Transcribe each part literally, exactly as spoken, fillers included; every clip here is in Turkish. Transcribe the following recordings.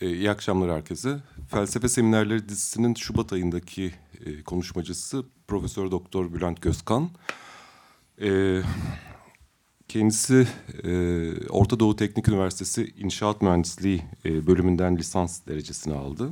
E, iyi akşamlar herkese. Felsefe Seminerleri dizisinin Şubat ayındaki e, konuşmacısı Profesör Doktor Bülent Gözkan. E, kendisi e, Orta Doğu Teknik Üniversitesi İnşaat Mühendisliği e, bölümünden lisans derecesini aldı.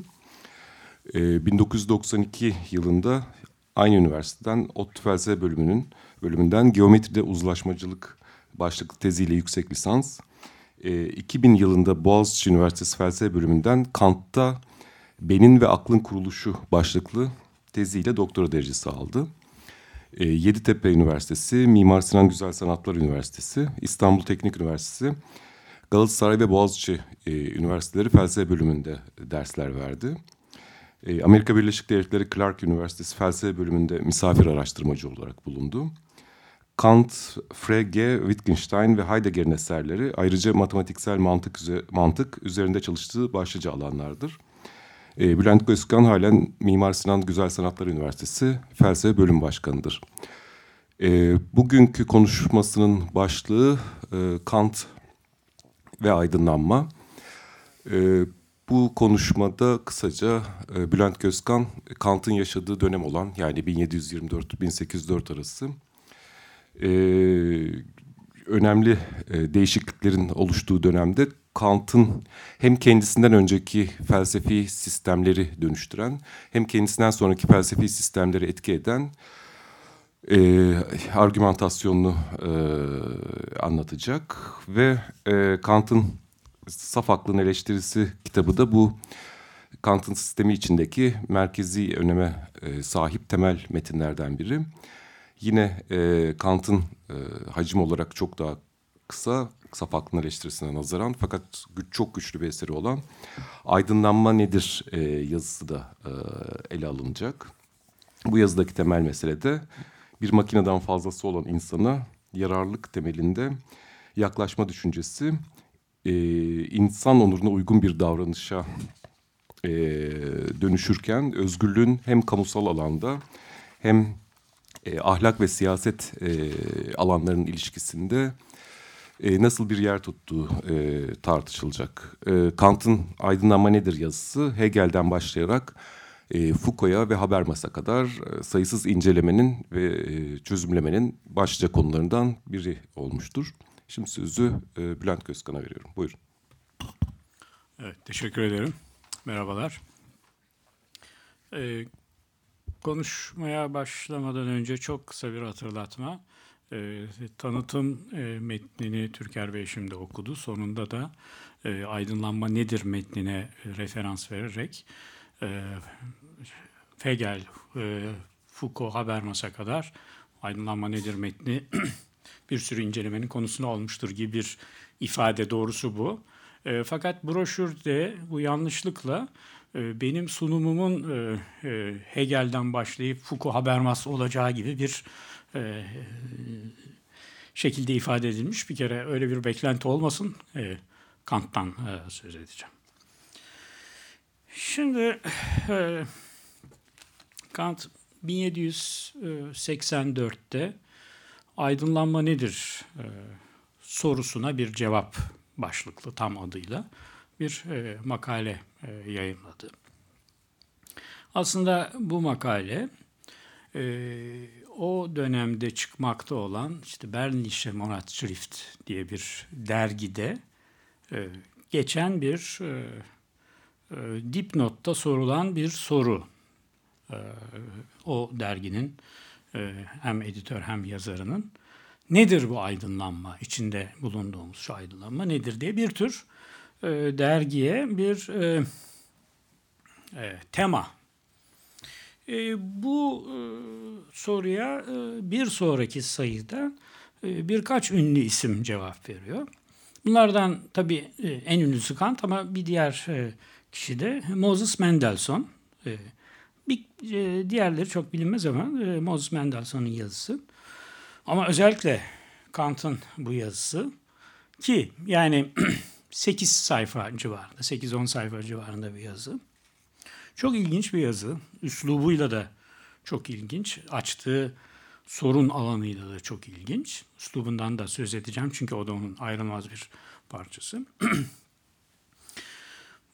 E, bin dokuz yüz doksan iki yılında aynı üniversiteden ODTÜ Felsefe bölümünün bölümünden Geometride Uzlaşmacılık başlıklı teziyle yüksek lisans. E, iki bin yılında Boğaziçi Üniversitesi Felsefe bölümünden Kant'ta Benin ve Aklın Kuruluşu başlıklı teziyle doktora derecesi aldı. E, Yeditepe Üniversitesi, Mimar Sinan Güzel Sanatlar Üniversitesi, İstanbul Teknik Üniversitesi, Galatasaray ve Boğaziçi e, Üniversiteleri Felsefe bölümünde dersler verdi. E, Amerika Birleşik Devletleri Clark Üniversitesi Felsefe bölümünde misafir araştırmacı olarak bulundu. Kant, Frege, Wittgenstein ve Heidegger'in eserleri ayrıca matematiksel mantık, üze- mantık üzerinde çalıştığı başlıca alanlardır. E, Bülent Gözkan halen Mimar Sinan Güzel Sanatlar Üniversitesi Felsefe Bölüm Başkanı'dır. E, bugünkü konuşmasının başlığı e, Kant ve aydınlanma. E, bu konuşmada kısaca e, Bülent Gözkan, Kant'ın yaşadığı dönem olan yani bin yedi yüz yirmi dört - bin sekiz yüz dört arası Ee, önemli e, değişikliklerin oluştuğu dönemde Kant'ın hem kendisinden önceki felsefi sistemleri dönüştüren hem kendisinden sonraki felsefi sistemleri etki eden e, argümantasyonunu e, anlatacak ve e, Kant'ın Saf Aklın Eleştirisi kitabı da bu Kant'ın sistemi içindeki merkezi öneme e, sahip temel metinlerden biri. Yine e, Kant'ın e, hacim olarak çok daha kısa, Saf Aklın Eleştirisi'ne nazaran fakat güç, çok güçlü bir eseri olan Aydınlanma Nedir e, yazısı da e, ele alınacak. Bu yazıdaki temel mesele de bir makineden fazlası olan insana yararlılık temelinde yaklaşma düşüncesi, e, insan onuruna uygun bir davranışa e, dönüşürken özgürlüğün hem kamusal alanda hem E, ahlak ve siyaset e, alanlarının ilişkisinde e, nasıl bir yer tuttuğu e, tartışılacak. E, Kant'ın Aydınlanma Nedir yazısı Hegel'den başlayarak e, Foucault'a ve Habermas'a kadar e, sayısız incelemenin ve e, çözümlemenin başlıca konularından biri olmuştur. Şimdi sözü e, Bülent Gözkan'a veriyorum. Buyurun. Evet, teşekkür ederim. Merhabalar. Ee, Konuşmaya başlamadan önce çok kısa bir hatırlatma. E, tanıtım e, metnini Türker Bey şimdi okudu. Sonunda da e, Aydınlanma Nedir metnine referans vererek e, Hegel, e, Foucault, Habermas'a kadar Aydınlanma Nedir metni bir sürü incelemenin konusunu olmuştur gibi bir ifade, doğrusu bu. E, fakat broşürde bu yanlışlıkla benim sunumumun Hegel'den başlayıp Foucault, Habermas olacağı gibi bir şekilde ifade edilmiş. Bir kere öyle bir beklenti olmasın. Kant'tan söz edeceğim. Şimdi Kant bin yedi yüz seksen dörtte aydınlanma nedir sorusuna bir cevap başlıklı tam adıyla bir e, makale e, yayınladı. Aslında bu makale e, o dönemde çıkmakta olan işte Berlinische Monatsschrift diye bir dergide e, geçen bir e, e, dipnotta sorulan bir soru. E, o derginin e, hem editör hem yazarının nedir bu aydınlanma, içinde bulunduğumuz şu aydınlanma nedir diye bir tür E, dergiye bir e, e, tema. E, bu e, soruya e, bir sonraki sayıda e, birkaç ünlü isim cevap veriyor. Bunlardan tabii e, en ünlüsü Kant ama bir diğer e, kişi de Moses Mendelssohn. E, bir, e, diğerleri çok bilinmez ama e, Moses Mendelssohn'un yazısı. Ama özellikle Kant'ın bu yazısı ki yani sekiz sayfa civarında, sekiz on sayfa civarında bir yazı. Çok ilginç bir yazı. Üslubuyla da çok ilginç. Açtığı sorun alanıyla da çok ilginç. Üslubundan da söz edeceğim çünkü o da onun ayrılmaz bir parçası.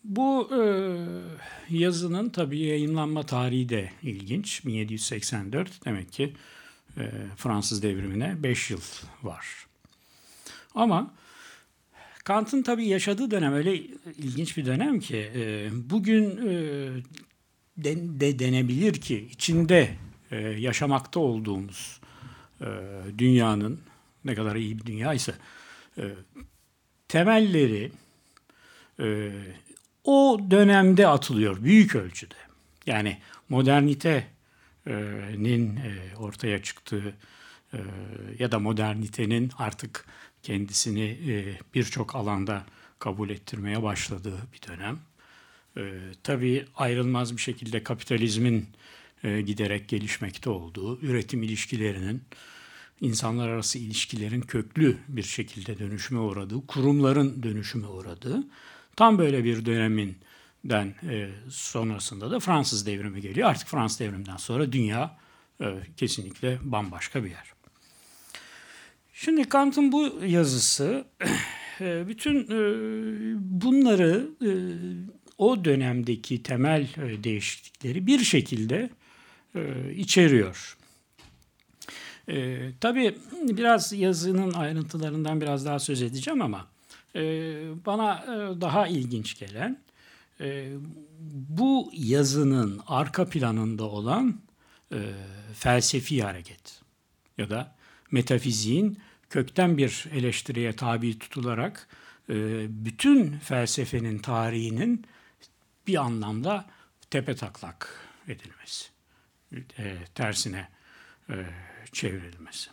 Bu e, yazının tabii yayınlanma tarihi de ilginç. bin yedi yüz seksen dört, demek ki e, Fransız devrimine beş yıl var. Ama Kant'ın tabii yaşadığı dönem öyle ilginç bir dönem ki e, bugün e, de, de denebilir ki içinde e, yaşamakta olduğumuz e, dünyanın ne kadar iyi bir dünyaysa e, temelleri e, o dönemde atılıyor büyük ölçüde. Yani modernitenin e, ortaya çıktığı e, ya da modernitenin artık kendisini e, birçok alanda kabul ettirmeye başladığı bir dönem. E, tabii ayrılmaz bir şekilde kapitalizmin e, giderek gelişmekte olduğu, üretim ilişkilerinin, insanlar arası ilişkilerin köklü bir şekilde dönüşüme uğradığı, kurumların dönüşüme uğradığı, tam böyle bir döneminden e, sonrasında da Fransız devrimi geliyor. Artık Fransız devriminden sonra dünya e, kesinlikle bambaşka bir yer. Şimdi Kant'ın bu yazısı e, bütün e, bunları e, o dönemdeki temel e, değişiklikleri bir şekilde e, içeriyor. E, tabii biraz yazının ayrıntılarından biraz daha söz edeceğim ama e, bana e, daha ilginç gelen e, bu yazının arka planında olan e, felsefi hareket ya da metafiziğin kökten bir eleştiriye tabi tutularak e, bütün felsefenin tarihinin bir anlamda tepetaklak edilmesi, e, tersine e, çevrilmesi.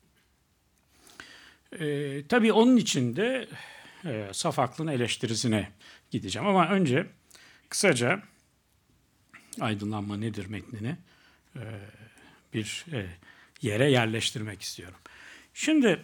E, tabii onun için de e, saf aklın eleştirisine gideceğim. Ama önce kısaca aydınlanma nedir metnini e, bir e, yere yerleştirmek istiyorum. Şimdi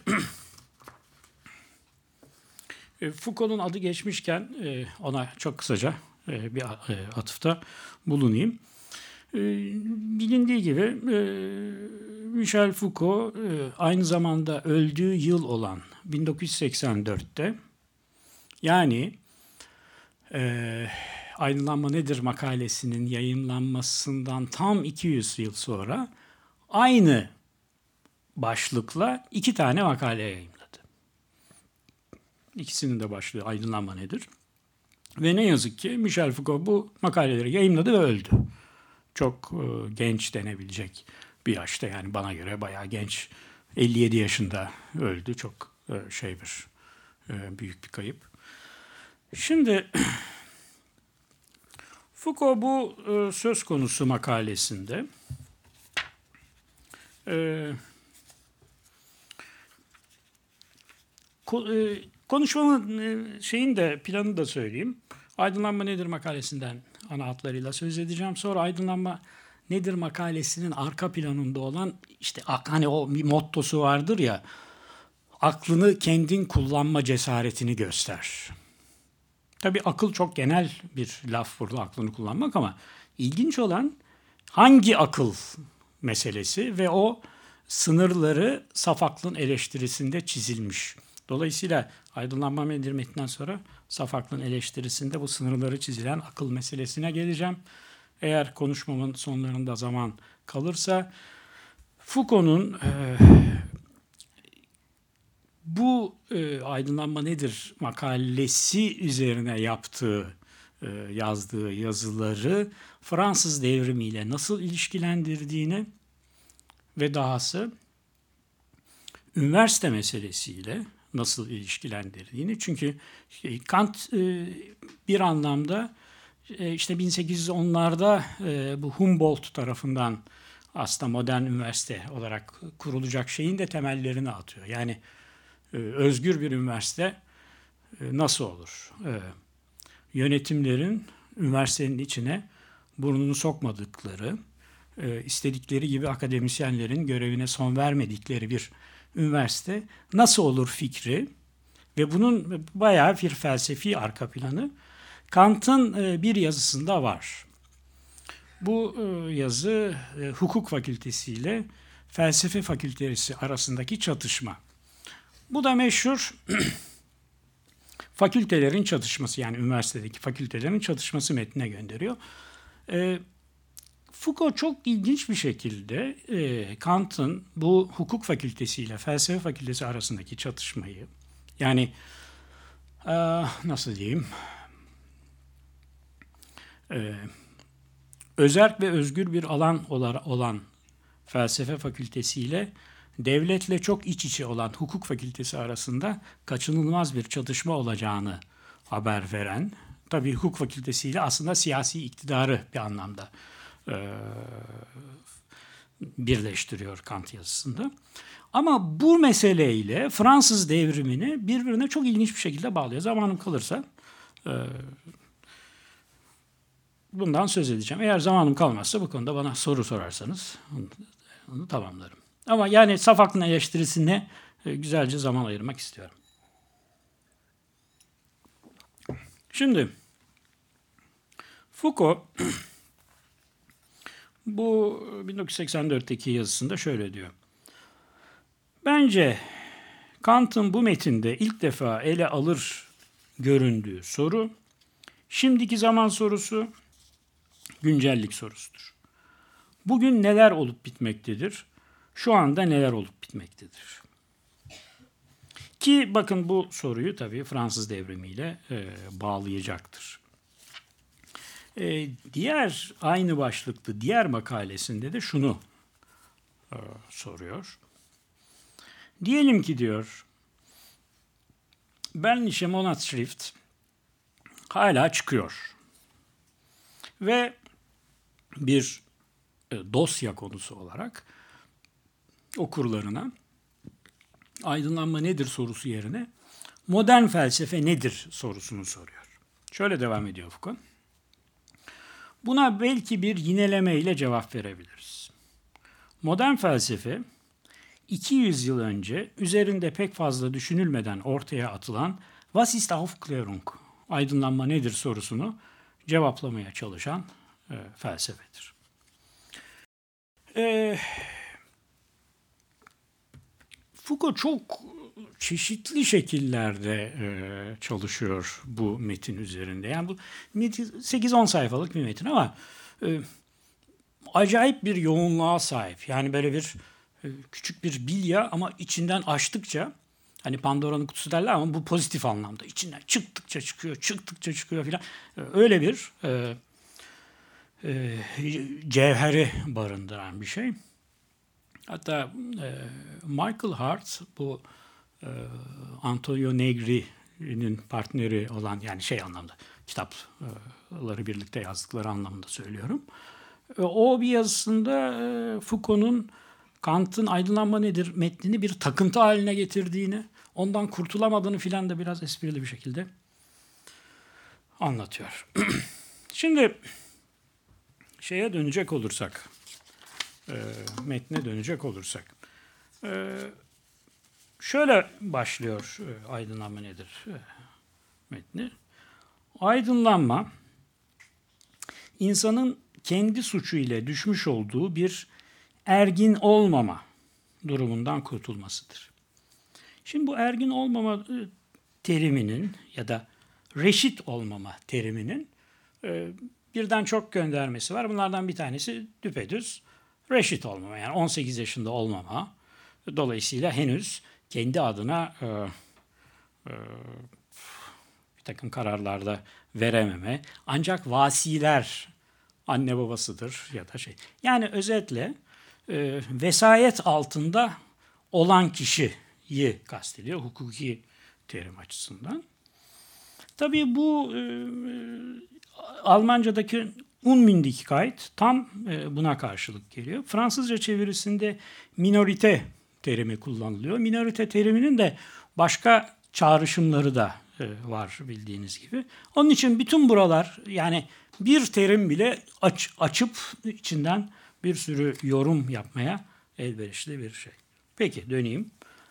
Foucault'un adı geçmişken e, ona çok kısaca e, bir e, atıfta bulunayım. E, bilindiği gibi e, Michel Foucault e, aynı zamanda öldüğü yıl olan bin dokuz yüz seksen dörtte, yani e, Aydınlanma Nedir makalesinin yayınlanmasından tam iki yüz yıl sonra aynı başlıkla iki tane makale yayınladı. İkisinin de başlığı Aydınlanma Nedir? Ve ne yazık ki Michel Foucault bu makaleleri yayınladı ve öldü. Çok e, genç denebilecek bir yaşta, yani bana göre bayağı genç, elli yedi yaşında öldü. Çok e, şey bir e, büyük bir kayıp. Şimdi Foucault bu e, söz konusu makalesinde e, ko, e, konuşmamın e, şeyin de planını da söyleyeyim. Aydınlanma Nedir makalesinden ana hatlarıyla söz edeceğim. Sonra Aydınlanma Nedir makalesinin arka planında olan, işte hani o bir mottosu vardır ya, aklını kendin kullanma cesaretini göster. Tabii akıl çok genel bir laf burada, aklını kullanmak, ama ilginç olan hangi akıl meselesi ve o sınırları saf aklın eleştirisinde çizilmiş. Dolayısıyla Aydınlanma Nedir metninden sonra saf aklın eleştirisinde bu sınırları çizilen akıl meselesine geleceğim. Eğer konuşmamın sonlarında zaman kalırsa Foucault'un e, bu e, Aydınlanma Nedir makalesi üzerine yaptığı, e, yazdığı yazıları Fransız devrimiyle nasıl ilişkilendirdiğini ve dahası üniversite meselesiyle nasıl ilişkilendirdiğini. Çünkü Kant e, bir anlamda e, işte bin sekiz yüz onlarda e, bu Humboldt tarafından aslında modern üniversite olarak kurulacak şeyin de temellerini atıyor. Yani e, özgür bir üniversite e, nasıl olur? E, yönetimlerin üniversitenin içine burnunu sokmadıkları, e, istedikleri gibi akademisyenlerin görevine son vermedikleri bir üniversite nasıl olur fikri ve bunun bayağı bir felsefi arka planı Kant'ın bir yazısında var. Bu yazı hukuk fakültesi ile felsefe fakültesi arasındaki çatışma. Bu da meşhur fakültelerin çatışması, yani üniversitedeki fakültelerin çatışması metnine gönderiyor. E, Foucault çok ilginç bir şekilde e, Kant'ın bu hukuk fakültesiyle felsefe fakültesi arasındaki çatışmayı, yani e, nasıl diyeyim, e, özerk ve özgür bir alan olan felsefe fakültesiyle devletle çok iç içe olan hukuk fakültesi arasında kaçınılmaz bir çatışma olacağını haber veren, tabii hukuk fakültesiyle aslında siyasi iktidarı bir anlamda e, birleştiriyor Kant yazısında. Ama bu meseleyle Fransız devrimini birbirine çok ilginç bir şekilde bağlıyor. Zamanım kalırsa e, bundan söz edeceğim. Eğer zamanım kalmazsa bu konuda bana soru sorarsanız onu, onu tamamlarım. Ama yani saf aklın eleştirisine e, güzelce zaman ayırmak istiyorum. Şimdi Foucault bu bin dokuz yüz seksen dörtteki yazısında şöyle diyor. Bence Kant'ın bu metinde ilk defa ele alır göründüğü soru, şimdiki zaman sorusu, güncellik sorusudur. Bugün neler olup bitmektedir? Şu anda neler olup bitmektedir? Ki bakın bu soruyu tabii Fransız devrimiyle e, bağlayacaktır. E, diğer aynı başlıklı diğer makalesinde de şunu e, soruyor. Diyelim ki diyor, Berlinische Monatsschrift hala çıkıyor ve bir e, dosya konusu olarak okurlarına aydınlanma nedir sorusu yerine modern felsefe nedir sorusunu soruyor. Şöyle devam ediyor Foucault. Buna belki bir yineleme ile cevap verebiliriz. Modern felsefe iki yüz yıl önce üzerinde pek fazla düşünülmeden ortaya atılan Was ist Aufklärung? Aydınlanma nedir sorusunu cevaplamaya çalışan e, felsefedir. E, Foucault çok çeşitli şekillerde e, çalışıyor bu metin üzerinde. Yani bu metin sekiz on sayfalık bir metin ama e, acayip bir yoğunluğa sahip. Yani böyle bir e, küçük bir bilya ama içinden açtıkça, hani Pandora'nın kutusu derler ama bu pozitif anlamda. İçinden çıktıkça çıkıyor, çıktıkça çıkıyor filan. E, öyle bir e, e, cevheri barındıran bir şey. Hatta e, Michael Hart, bu e, Antonio Negri'nin partneri olan, yani şey anlamda, kitapları birlikte yazdıkları anlamında söylüyorum. E, o bir yazısında e, Foucault'un Kant'ın aydınlanma nedir metnini bir takıntı haline getirdiğini, ondan kurtulamadığını filan da biraz esprili bir şekilde anlatıyor. Şimdi şeye dönecek olursak, E, metne dönecek olursak. E, şöyle başlıyor e, aydınlanma nedir e, metni. Aydınlanma, insanın kendi suçu ile düşmüş olduğu bir ergin olmama durumundan kurtulmasıdır. Şimdi bu ergin olmama e, teriminin ya da reşit olmama teriminin e, birden çok göndermesi var. Bunlardan bir tanesi düpedüz reşit olmama, yani on sekiz yaşında olmama. Dolayısıyla henüz kendi adına e, e, bir takım kararlarda verememe. Ancak vasiler anne babasıdır ya da şey. Yani özetle e, vesayet altında olan kişiyi kastediyor hukuki terim açısından. Tabii bu e, Almanca'daki Unmündigkeit tam e, buna karşılık geliyor. Fransızca çevirisinde minorite terimi kullanılıyor. Minorite teriminin de başka çağrışımları da e, var bildiğiniz gibi. Onun için bütün buralar, yani bir terim bile aç, açıp içinden bir sürü yorum yapmaya elverişli bir şey. Peki döneyim.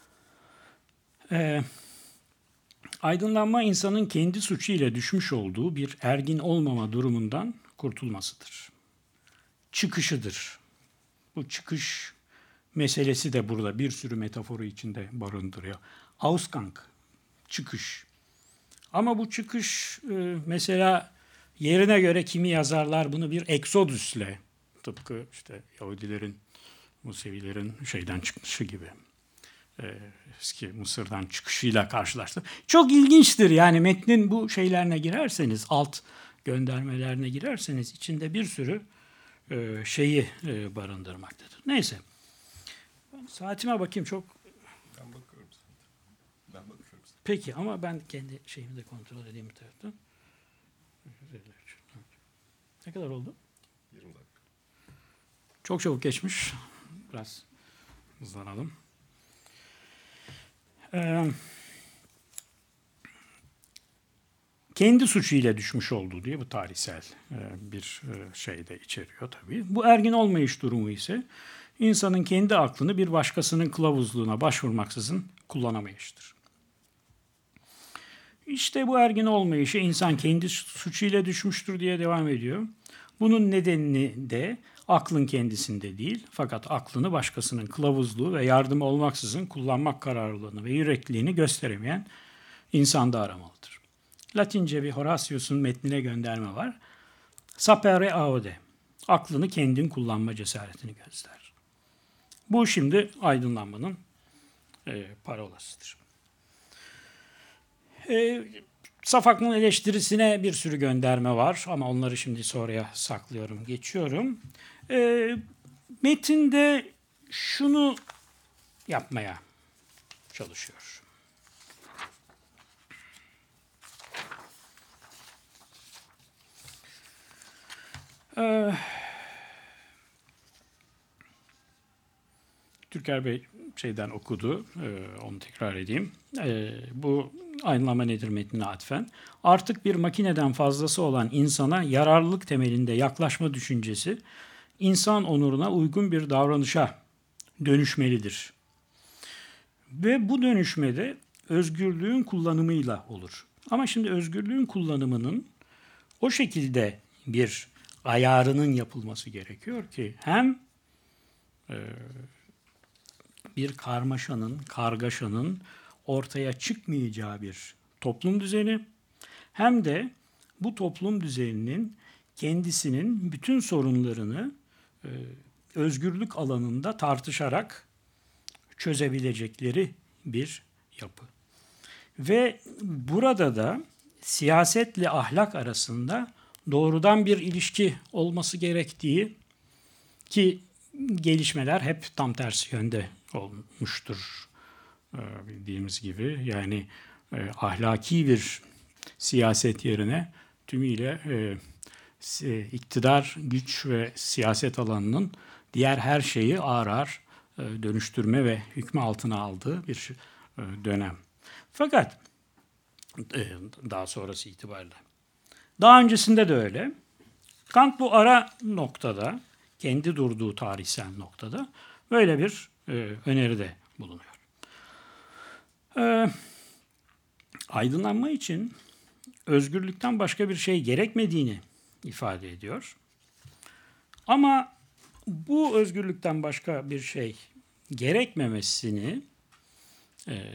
Eee Aydınlanma, insanın kendi suçu ile düşmüş olduğu bir ergin olmama durumundan kurtulmasıdır. Çıkışıdır. Bu çıkış meselesi de burada bir sürü metaforu içinde barındırıyor. Ausgang, çıkış. Ama bu çıkış e, mesela yerine göre kimi yazarlar bunu bir eksodüsle, tıpkı işte Yahudilerin, Musevilerin şeyden çıkışı gibi, e, eski Mısır'dan çıkışıyla karşılaştı. Çok ilginçtir yani metnin bu şeylerine girerseniz, alt göndermelerine girerseniz içinde bir sürü e, şeyi e, barındırmaktadır. Neyse. Ben saatime bakayım çok. Ben bakıyorum zaten. Ben bakıyorum zaten. Peki ama ben kendi şeyimi de kontrol edeyim bir taraftan. Ne kadar oldu? yirmi dakika. Çok çabuk geçmiş. Biraz hızlanalım. Ee, kendi suçuyla düşmüş olduğu diye bu tarihsel e, bir e, şey de içeriyor tabii. Bu ergin olmayış durumu ise insanın kendi aklını bir başkasının kılavuzluğuna başvurmaksızın kullanamayıştır. İşte bu ergin olmayışı insan kendi suçuyla düşmüştür diye devam ediyor. Bunun nedenini de aklın kendisinde değil, fakat aklını başkasının kılavuzluğu ve yardımı olmaksızın kullanmak kararlılığını ve yürekliliğini gösteremeyen insanda aramalıdır. Latince bir Horatius'un metnine gönderme var. Sapere aude, aklını kendin kullanma cesaretini göster. Bu şimdi aydınlanmanın e, parolasıdır. E, Saf aklın eleştirisine bir sürü gönderme var ama onları şimdi sonraya saklıyorum, geçiyorum. E, metinde şunu yapmaya çalışıyor. E, Türker Bey şeyden okudu, e, onu tekrar edeyim. E, bu aydınlanma nedir metnine atfen. Artık bir makineden fazlası olan insana yararlılık temelinde yaklaşma düşüncesi, insan onuruna uygun bir davranışa dönüşmelidir. Ve bu dönüşmede özgürlüğün kullanımıyla olur. Ama şimdi özgürlüğün kullanımının o şekilde bir ayarının yapılması gerekiyor ki hem e, bir karmaşanın, kargaşanın ortaya çıkmayacağı bir toplum düzeni, hem de bu toplum düzeninin kendisinin bütün sorunlarını e, özgürlük alanında tartışarak çözebilecekleri bir yapı. Ve burada da siyasetle ahlak arasında doğrudan bir ilişki olması gerektiği, ki gelişmeler hep tam tersi yönde olmuştur bildiğimiz gibi. Yani e, ahlaki bir siyaset yerine tümüyle e, iktidar, güç ve siyaset alanının diğer her şeyi ağır ağır e, dönüştürme ve hükmü altına aldığı bir e, dönem. Fakat e, daha sonrası itibariyle. Daha öncesinde de öyle. Kant bu ara noktada, kendi durduğu tarihsel noktada böyle bir e, öneride bulunuyor. E, aydınlanma için özgürlükten başka bir şey gerekmediğini ifade ediyor. Ama bu özgürlükten başka bir şey gerekmemesini e,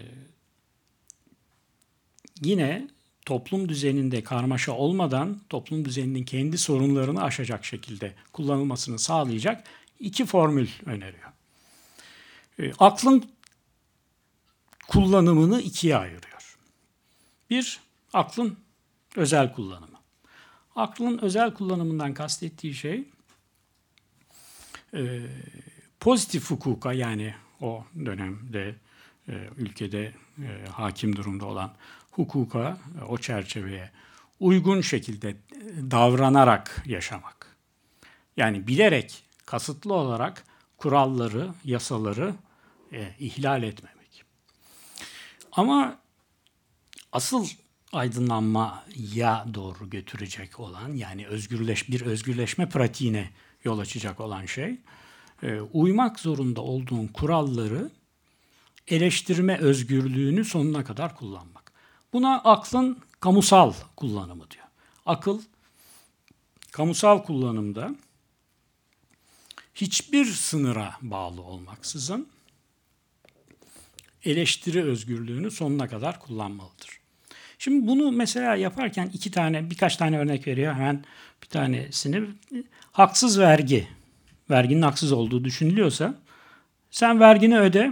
yine toplum düzeninde karmaşa olmadan toplum düzeninin kendi sorunlarını aşacak şekilde kullanılmasını sağlayacak iki formül öneriyor. E, aklın kullanımını ikiye ayırıyor. Bir, aklın özel kullanımı. Aklın özel kullanımından kastettiği şey e, pozitif hukuka, yani o dönemde e, ülkede e, hakim durumda olan hukuka, e, o çerçeveye uygun şekilde davranarak yaşamak. Yani bilerek, kasıtlı olarak kuralları, yasaları e, ihlal etmemek. Ama asıl aydınlanmaya doğru götürecek olan, yani özgürleş bir özgürleşme pratiğine yol açacak olan şey, e, uymak zorunda olduğun kuralları eleştirme özgürlüğünü sonuna kadar kullanmak. Buna aklın kamusal kullanımı diyor. Akıl, kamusal kullanımda hiçbir sınıra bağlı olmaksızın eleştiri özgürlüğünü sonuna kadar kullanmalıdır. Şimdi bunu mesela yaparken iki tane, birkaç tane örnek veriyor. Hemen bir tanesini, haksız vergi, verginin haksız olduğu düşünülüyorsa sen vergini öde.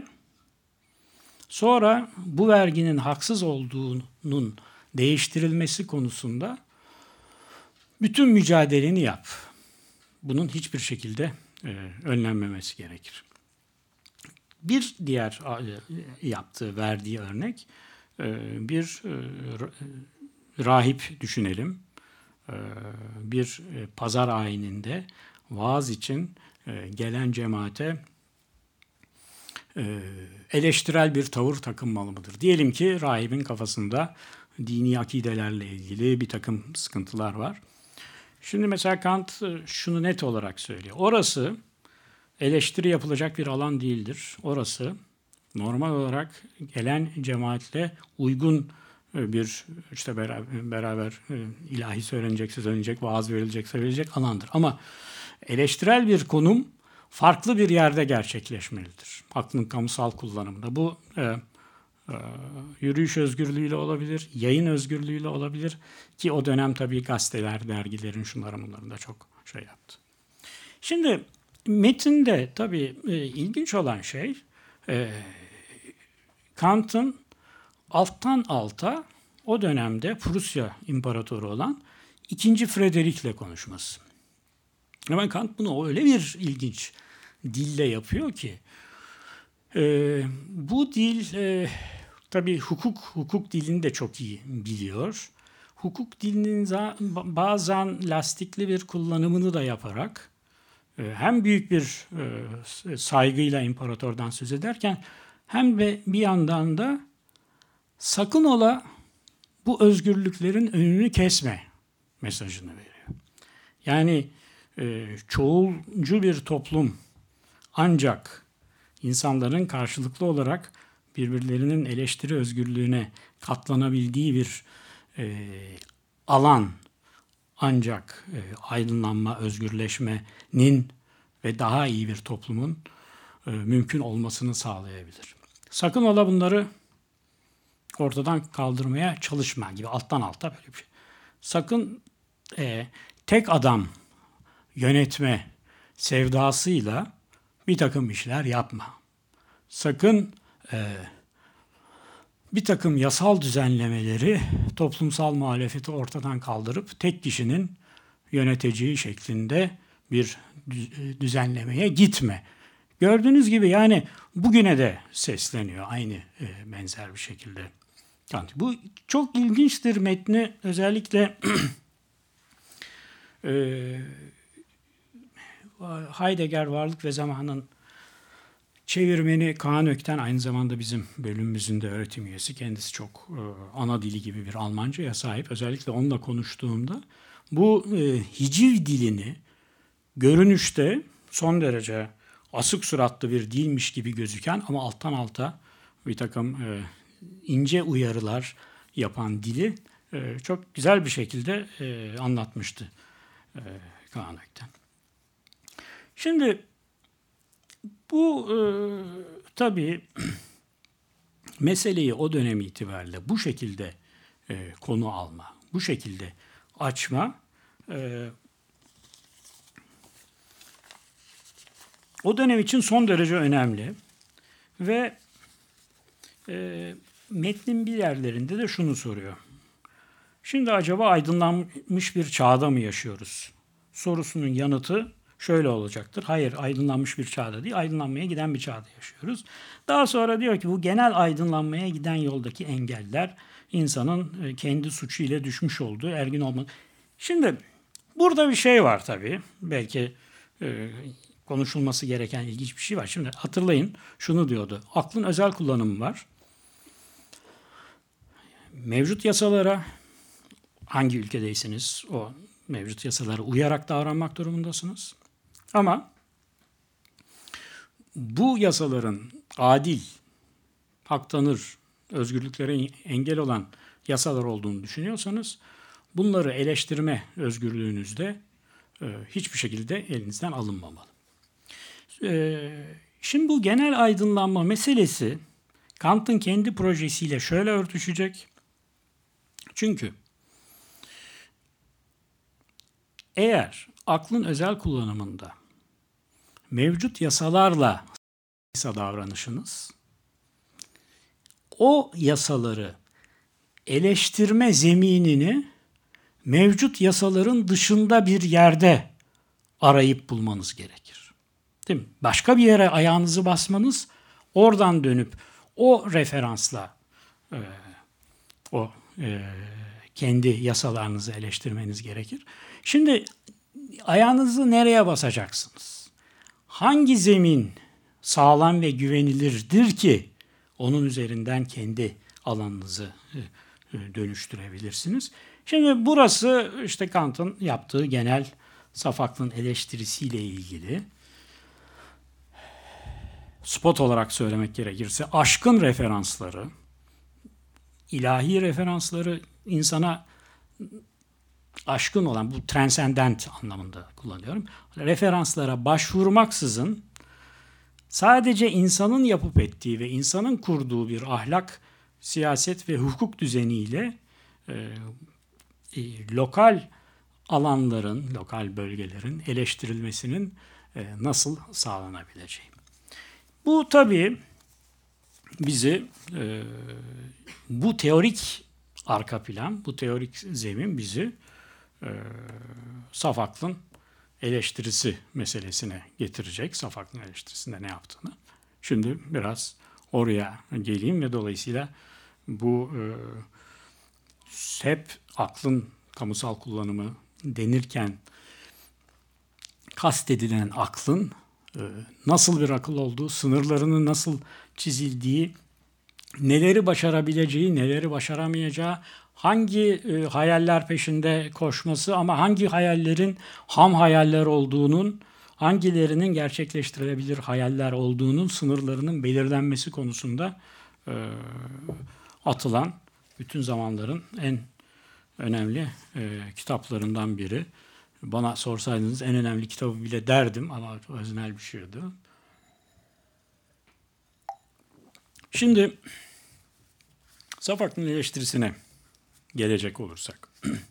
Sonra bu verginin haksız olduğunun değiştirilmesi konusunda bütün mücadeleni yap. Bunun hiçbir şekilde e, önlenmemesi gerekir. Bir diğer e, yaptığı, verdiği örnek e, bir e, rahip düşünelim. E, bir e, pazar ayininde vaaz için e, gelen cemaate e, eleştirel bir tavır takınmalı mıdır? Diyelim ki rahibin kafasında dini akidelerle ilgili bir takım sıkıntılar var. Şimdi mesela Kant şunu net olarak söylüyor. Orası eleştiri yapılacak bir alan değildir. Orası normal olarak gelen cemaatle uygun bir işte beraber, beraber ilahi söylenecekse söylenecek, vaaz verilecekse verilecek alandır. Ama eleştirel bir konum farklı bir yerde gerçekleşmelidir. Aklın kamusal kullanımında. Bu e, e, yürüyüş özgürlüğüyle olabilir, yayın özgürlüğüyle olabilir ki o dönem tabii gazeteler, dergilerin şunların bunların da çok şey yaptı. Şimdi metinde tabii e, ilginç olan şey e, Kant'ın alttan alta o dönemde Prusya İmparatoru olan ikinci Frederick'le konuşması. Ama Kant bunu öyle bir ilginç dille yapıyor ki e, bu dil e, tabii hukuk hukuk dilini de çok iyi biliyor. Hukuk dilinin bazen lastikli bir kullanımını da yaparak e, hem büyük bir e, saygıyla imparatordan söz ederken hem de bir yandan da sakın ola bu özgürlüklerin önünü kesme mesajını veriyor. Yani e, çoğulcu bir toplum ancak insanların karşılıklı olarak birbirlerinin eleştiri özgürlüğüne katlanabildiği bir e, alan ancak e, aydınlanma, özgürleşmenin ve daha iyi bir toplumun e, mümkün olmasını sağlayabilir. Sakın ola bunları ortadan kaldırmaya çalışma gibi alttan alta böyle bir şey. Sakın e, tek adam yönetme sevdasıyla bir takım işler yapma. Sakın e, bir takım yasal düzenlemeleri toplumsal muhalefeti ortadan kaldırıp tek kişinin yöneteceği şeklinde bir düzenlemeye gitme. Gördüğünüz gibi yani bugüne de sesleniyor aynı e, benzer bir şekilde. Yani bu çok ilginçtir metni özellikle e, Heidegger Varlık ve Zaman'ın çevirmeni Kaan Ökten aynı zamanda bizim bölümümüzün de öğretim üyesi. Kendisi çok e, ana dili gibi bir Almanca'ya sahip. Özellikle onunla konuştuğumda bu e, hiciv dilini görünüşte son derece asık suratlı bir dilmiş gibi gözüken ama alttan alta bir takım e, ince uyarılar yapan dili e, çok güzel bir şekilde e, anlatmıştı e, Kaan Ökten. Şimdi bu e, tabii meseleyi o dönem itibariyle bu şekilde e, konu alma, bu şekilde açma e, o dönem için son derece önemli ve e, metnin bir yerlerinde de şunu soruyor. Şimdi acaba aydınlanmış bir çağda mı yaşıyoruz? Sorusunun yanıtı şöyle olacaktır. Hayır, aydınlanmış bir çağda değil, aydınlanmaya giden bir çağda yaşıyoruz. Daha sonra diyor ki bu genel aydınlanmaya giden yoldaki engeller insanın kendi suçu ile düşmüş olduğu ergin olmak. Şimdi burada bir şey var tabii. Belki e, konuşulması gereken ilginç bir şey var. Şimdi hatırlayın şunu diyordu. Aklın özel kullanımı var. Mevcut yasalara hangi ülkedeyseniz o mevcut yasalara uyarak davranmak durumundasınız. Ama bu yasaların adil, hak tanır, özgürlüklere engel olan yasalar olduğunu düşünüyorsanız bunları eleştirme özgürlüğünüzde e, hiçbir şekilde elinizden alınmamalı. E, şimdi bu genel aydınlanma meselesi Kant'ın kendi projesiyle şöyle örtüşecek. Çünkü eğer aklın özel kullanımında mevcut yasalarla ise davranışınız, o yasaları eleştirme zeminini mevcut yasaların dışında bir yerde arayıp bulmanız gerekir. Değil mi? Başka bir yere ayağınızı basmanız, oradan dönüp o referansla e, o e, kendi yasalarınızı eleştirmeniz gerekir. Şimdi ayağınızı nereye basacaksınız? Hangi zemin sağlam ve güvenilirdir ki onun üzerinden kendi alanınızı dönüştürebilirsiniz? Şimdi burası işte Kant'ın yaptığı genel saf aklın eleştirisiyle ilgili. Spot olarak söylemek gerekirse aşkın referansları, ilahi referansları insana aşkın olan, bu transcendent anlamında kullanıyorum, referanslara başvurmaksızın sadece insanın yapıp ettiği ve insanın kurduğu bir ahlak, siyaset ve hukuk düzeniyle e, e, lokal alanların, lokal bölgelerin eleştirilmesinin e, nasıl sağlanabileceği. Bu tabii bizi e, bu teorik arka plan, bu teorik zemin bizi e, saf aklın eleştirisi meselesine getirecek. Saf aklın eleştirisinde ne yaptığını. Şimdi biraz oraya geleyim ve dolayısıyla bu e, hep aklın kamusal kullanımı denirken kastedilen aklın e, nasıl bir akıl olduğu, sınırlarının nasıl çizildiği, neleri başarabileceği, neleri başaramayacağı, hangi e, hayaller peşinde koşması ama hangi hayallerin ham hayaller olduğunun, hangilerinin gerçekleştirilebilir hayaller olduğunun sınırlarının belirlenmesi konusunda e, atılan bütün zamanların en önemli e, kitaplarından biri. Bana sorsaydınız en önemli kitabı bile derdim ama öznel bir şeydi. Şimdi saf aklın eleştirisine gelecek olursak.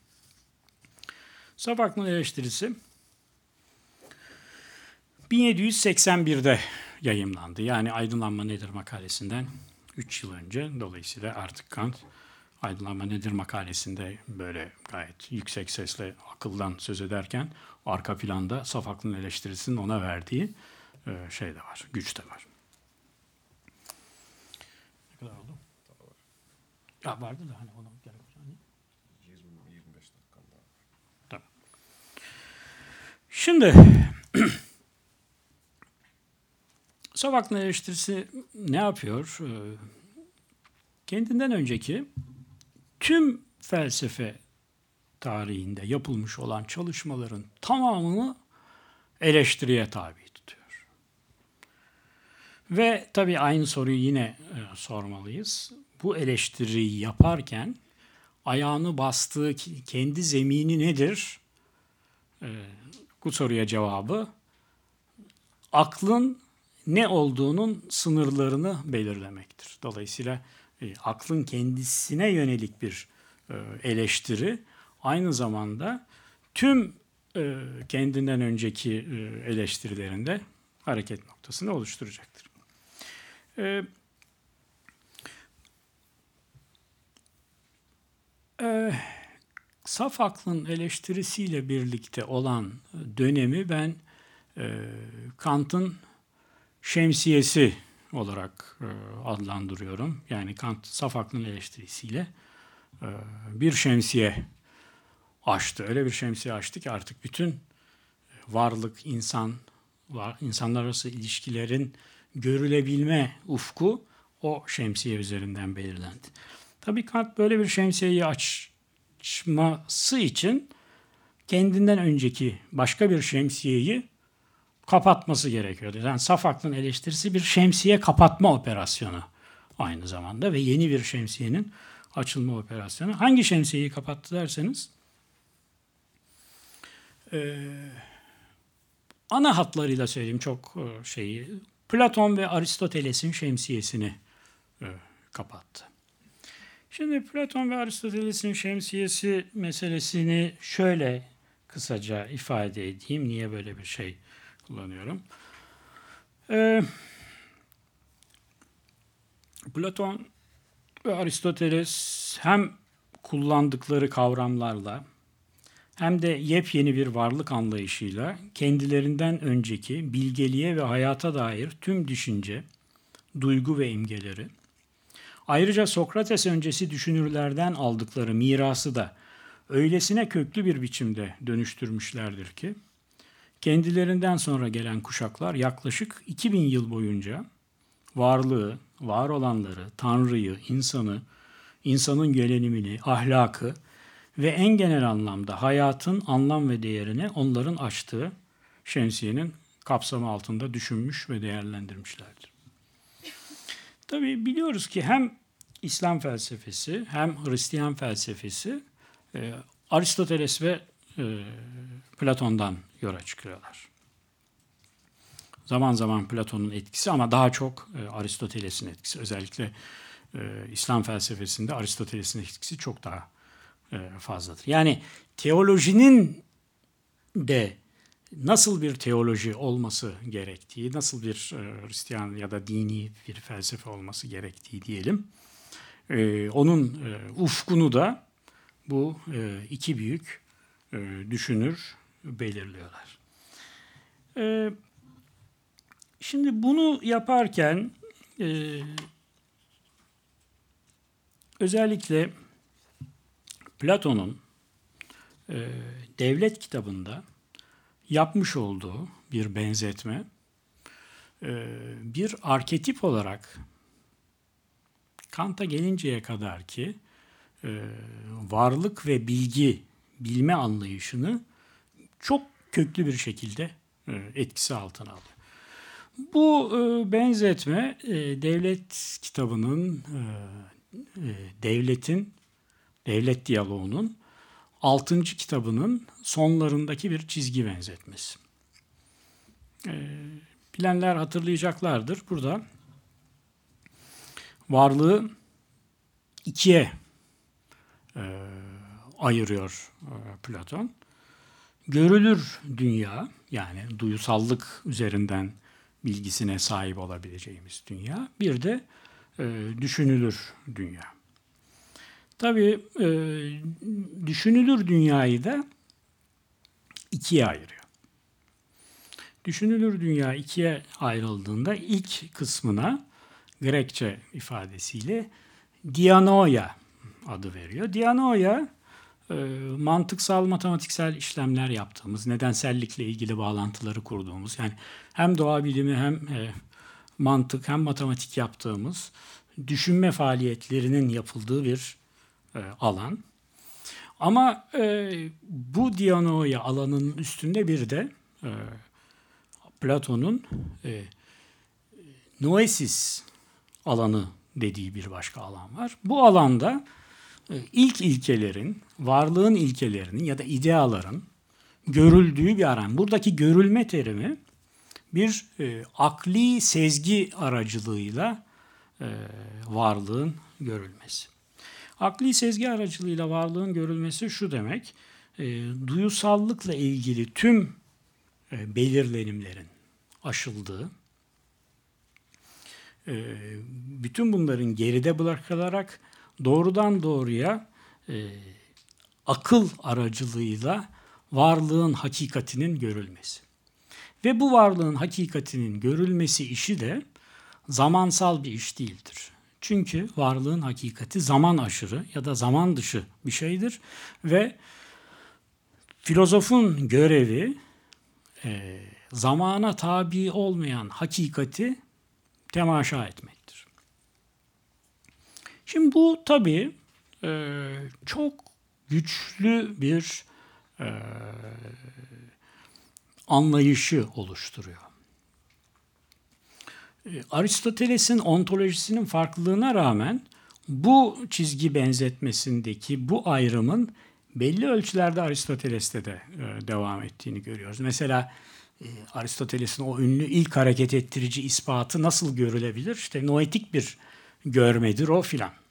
Saf aklın eleştirisi bin yedi yüz seksen birde yayımlandı. Yani Aydınlanma Nedir makalesinden üç yıl önce. Dolayısıyla artık Kant Aydınlanma Nedir makalesinde böyle gayet yüksek sesle akıldan söz ederken arka planda saf aklın eleştirisinin ona verdiği şey de var, güç de var. Ne kadar oldu? Ya vardı da hani ona gerek yok. yirmi yirmi beş dakika daha. Tamam. Şimdi saf aklın eleştirisi ne yapıyor? Kendinden önceki tüm felsefe tarihinde yapılmış olan çalışmaların tamamını eleştiriye tabi tutuyor. Ve tabii aynı soruyu yine e, sormalıyız. Bu eleştiriyi yaparken ayağını bastığı kendi zemini nedir? E, bu soruya cevabı aklın ne olduğunun sınırlarını belirlemektir. Dolayısıyla e, aklın kendisine yönelik bir e, eleştiri aynı zamanda tüm e, kendinden önceki e, eleştirilerinde hareket noktasını oluşturacaktır. E, e, saf aklın eleştirisiyle birlikte olan dönemi ben e, Kant'ın şemsiyesi olarak e, adlandırıyorum. Yani Kant saf aklın eleştirisiyle e, bir şemsiye açtı. Öyle bir şemsiye açtı ki artık bütün varlık, insan, var, insanlar arası ilişkilerin görülebilme ufku o şemsiye üzerinden belirlendi. Tabii Kant böyle bir şemsiyeyi açması için kendinden önceki başka bir şemsiyeyi kapatması gerekiyordu. Yani saf aklın eleştirisi bir şemsiye kapatma operasyonu aynı zamanda ve yeni bir şemsiyenin açılma operasyonu. Hangi şemsiyeyi kapattı derseniz, e, ana hatlarıyla söyleyeyim çok e, şeyi, Platon ve Aristoteles'in şemsiyesini e, kapattı. Şimdi Platon ve Aristoteles'in şemsiyesi meselesini şöyle kısaca ifade edeyim. Niye böyle bir şey kullanıyorum? Ee, Platon ve Aristoteles hem kullandıkları kavramlarla hem de yepyeni bir varlık anlayışıyla kendilerinden önceki bilgeliğe ve hayata dair tüm düşünce, duygu ve imgeleri, ayrıca Sokrates öncesi düşünürlerden aldıkları mirası da öylesine köklü bir biçimde dönüştürmüşlerdir ki, kendilerinden sonra gelen kuşaklar yaklaşık iki bin yıl boyunca varlığı, var olanları, Tanrı'yı, insanı, insanın yönelimini, ahlakı ve en genel anlamda hayatın anlam ve değerini onların açtığı şemsiyenin kapsamı altında düşünmüş ve değerlendirmişlerdir. Tabii biliyoruz ki hem İslam felsefesi hem Hristiyan felsefesi e, Aristoteles ve e, Platon'dan yola çıkıyorlar. Zaman zaman Platon'un etkisi ama daha çok e, Aristoteles'in etkisi. Özellikle e, İslam felsefesinde Aristoteles'in etkisi çok daha e, fazladır. Yani teolojinin de nasıl bir teoloji olması gerektiği, nasıl bir e, Hristiyan ya da dini bir felsefe olması gerektiği diyelim. E, onun e, ufkunu da bu e, iki büyük e, düşünür belirliyorlar. E, şimdi bunu yaparken e, özellikle Platon'un e, Devlet kitabında yapmış olduğu bir benzetme, bir arketip olarak Kant'a gelinceye kadar ki varlık ve bilgi, bilme anlayışını çok köklü bir şekilde etkisi altına alıyor. Bu benzetme Devlet kitabının, devletin, devlet diyaloğunun altıncı kitabının sonlarındaki bir çizgi benzetmesi. E, bilenler hatırlayacaklardır. Burada varlığı ikiye e, ayırıyor e, Platon. Görülür dünya, yani duyusallık üzerinden bilgisine sahip olabileceğimiz dünya. Bir de e, düşünülür dünya. Tabii e, düşünülür dünyayı da ikiye ayırıyor. Düşünülür dünya ikiye ayrıldığında ilk kısmına Grekçe ifadesiyle dianoia adı veriyor. Dianoia e, mantıksal, matematiksel işlemler yaptığımız, nedensellikle ilgili bağlantıları kurduğumuz, yani hem doğa bilimi hem e, mantık hem matematik yaptığımız düşünme faaliyetlerinin yapıldığı bir alan. Ama e, bu dianoia alanının üstünde bir de e, Platon'un e, noesis alanı dediği bir başka alan var. Bu alanda e, ilk ilkelerin, varlığın ilkelerinin ya da ideaların görüldüğü bir alan. Buradaki görülme terimi bir e, akli sezgi aracılığıyla e, varlığın görülmesi. Akli sezgi aracılığıyla varlığın görülmesi şu demek, e, duyusallıkla ilgili tüm e, belirlenimlerin aşıldığı, e, bütün bunların geride bırakılarak doğrudan doğruya e, akıl aracılığıyla varlığın hakikatinin görülmesi. Ve bu varlığın hakikatinin görülmesi işi de zamansal bir iş değildir. Çünkü varlığın hakikati zaman aşırı ya da zaman dışı bir şeydir ve filozofun görevi e, zamana tabi olmayan hakikati temaşa etmektir. Şimdi bu tabii e, çok güçlü bir e, anlayışı oluşturuyor. Aristoteles'in ontolojisinin farklılığına rağmen bu çizgi benzetmesindeki bu ayrımın belli ölçülerde Aristoteles'te de e, devam ettiğini görüyoruz. Mesela e, Aristoteles'in o ünlü ilk hareket ettirici ispatı nasıl görülebilir? İşte noetik bir görmedir o filan.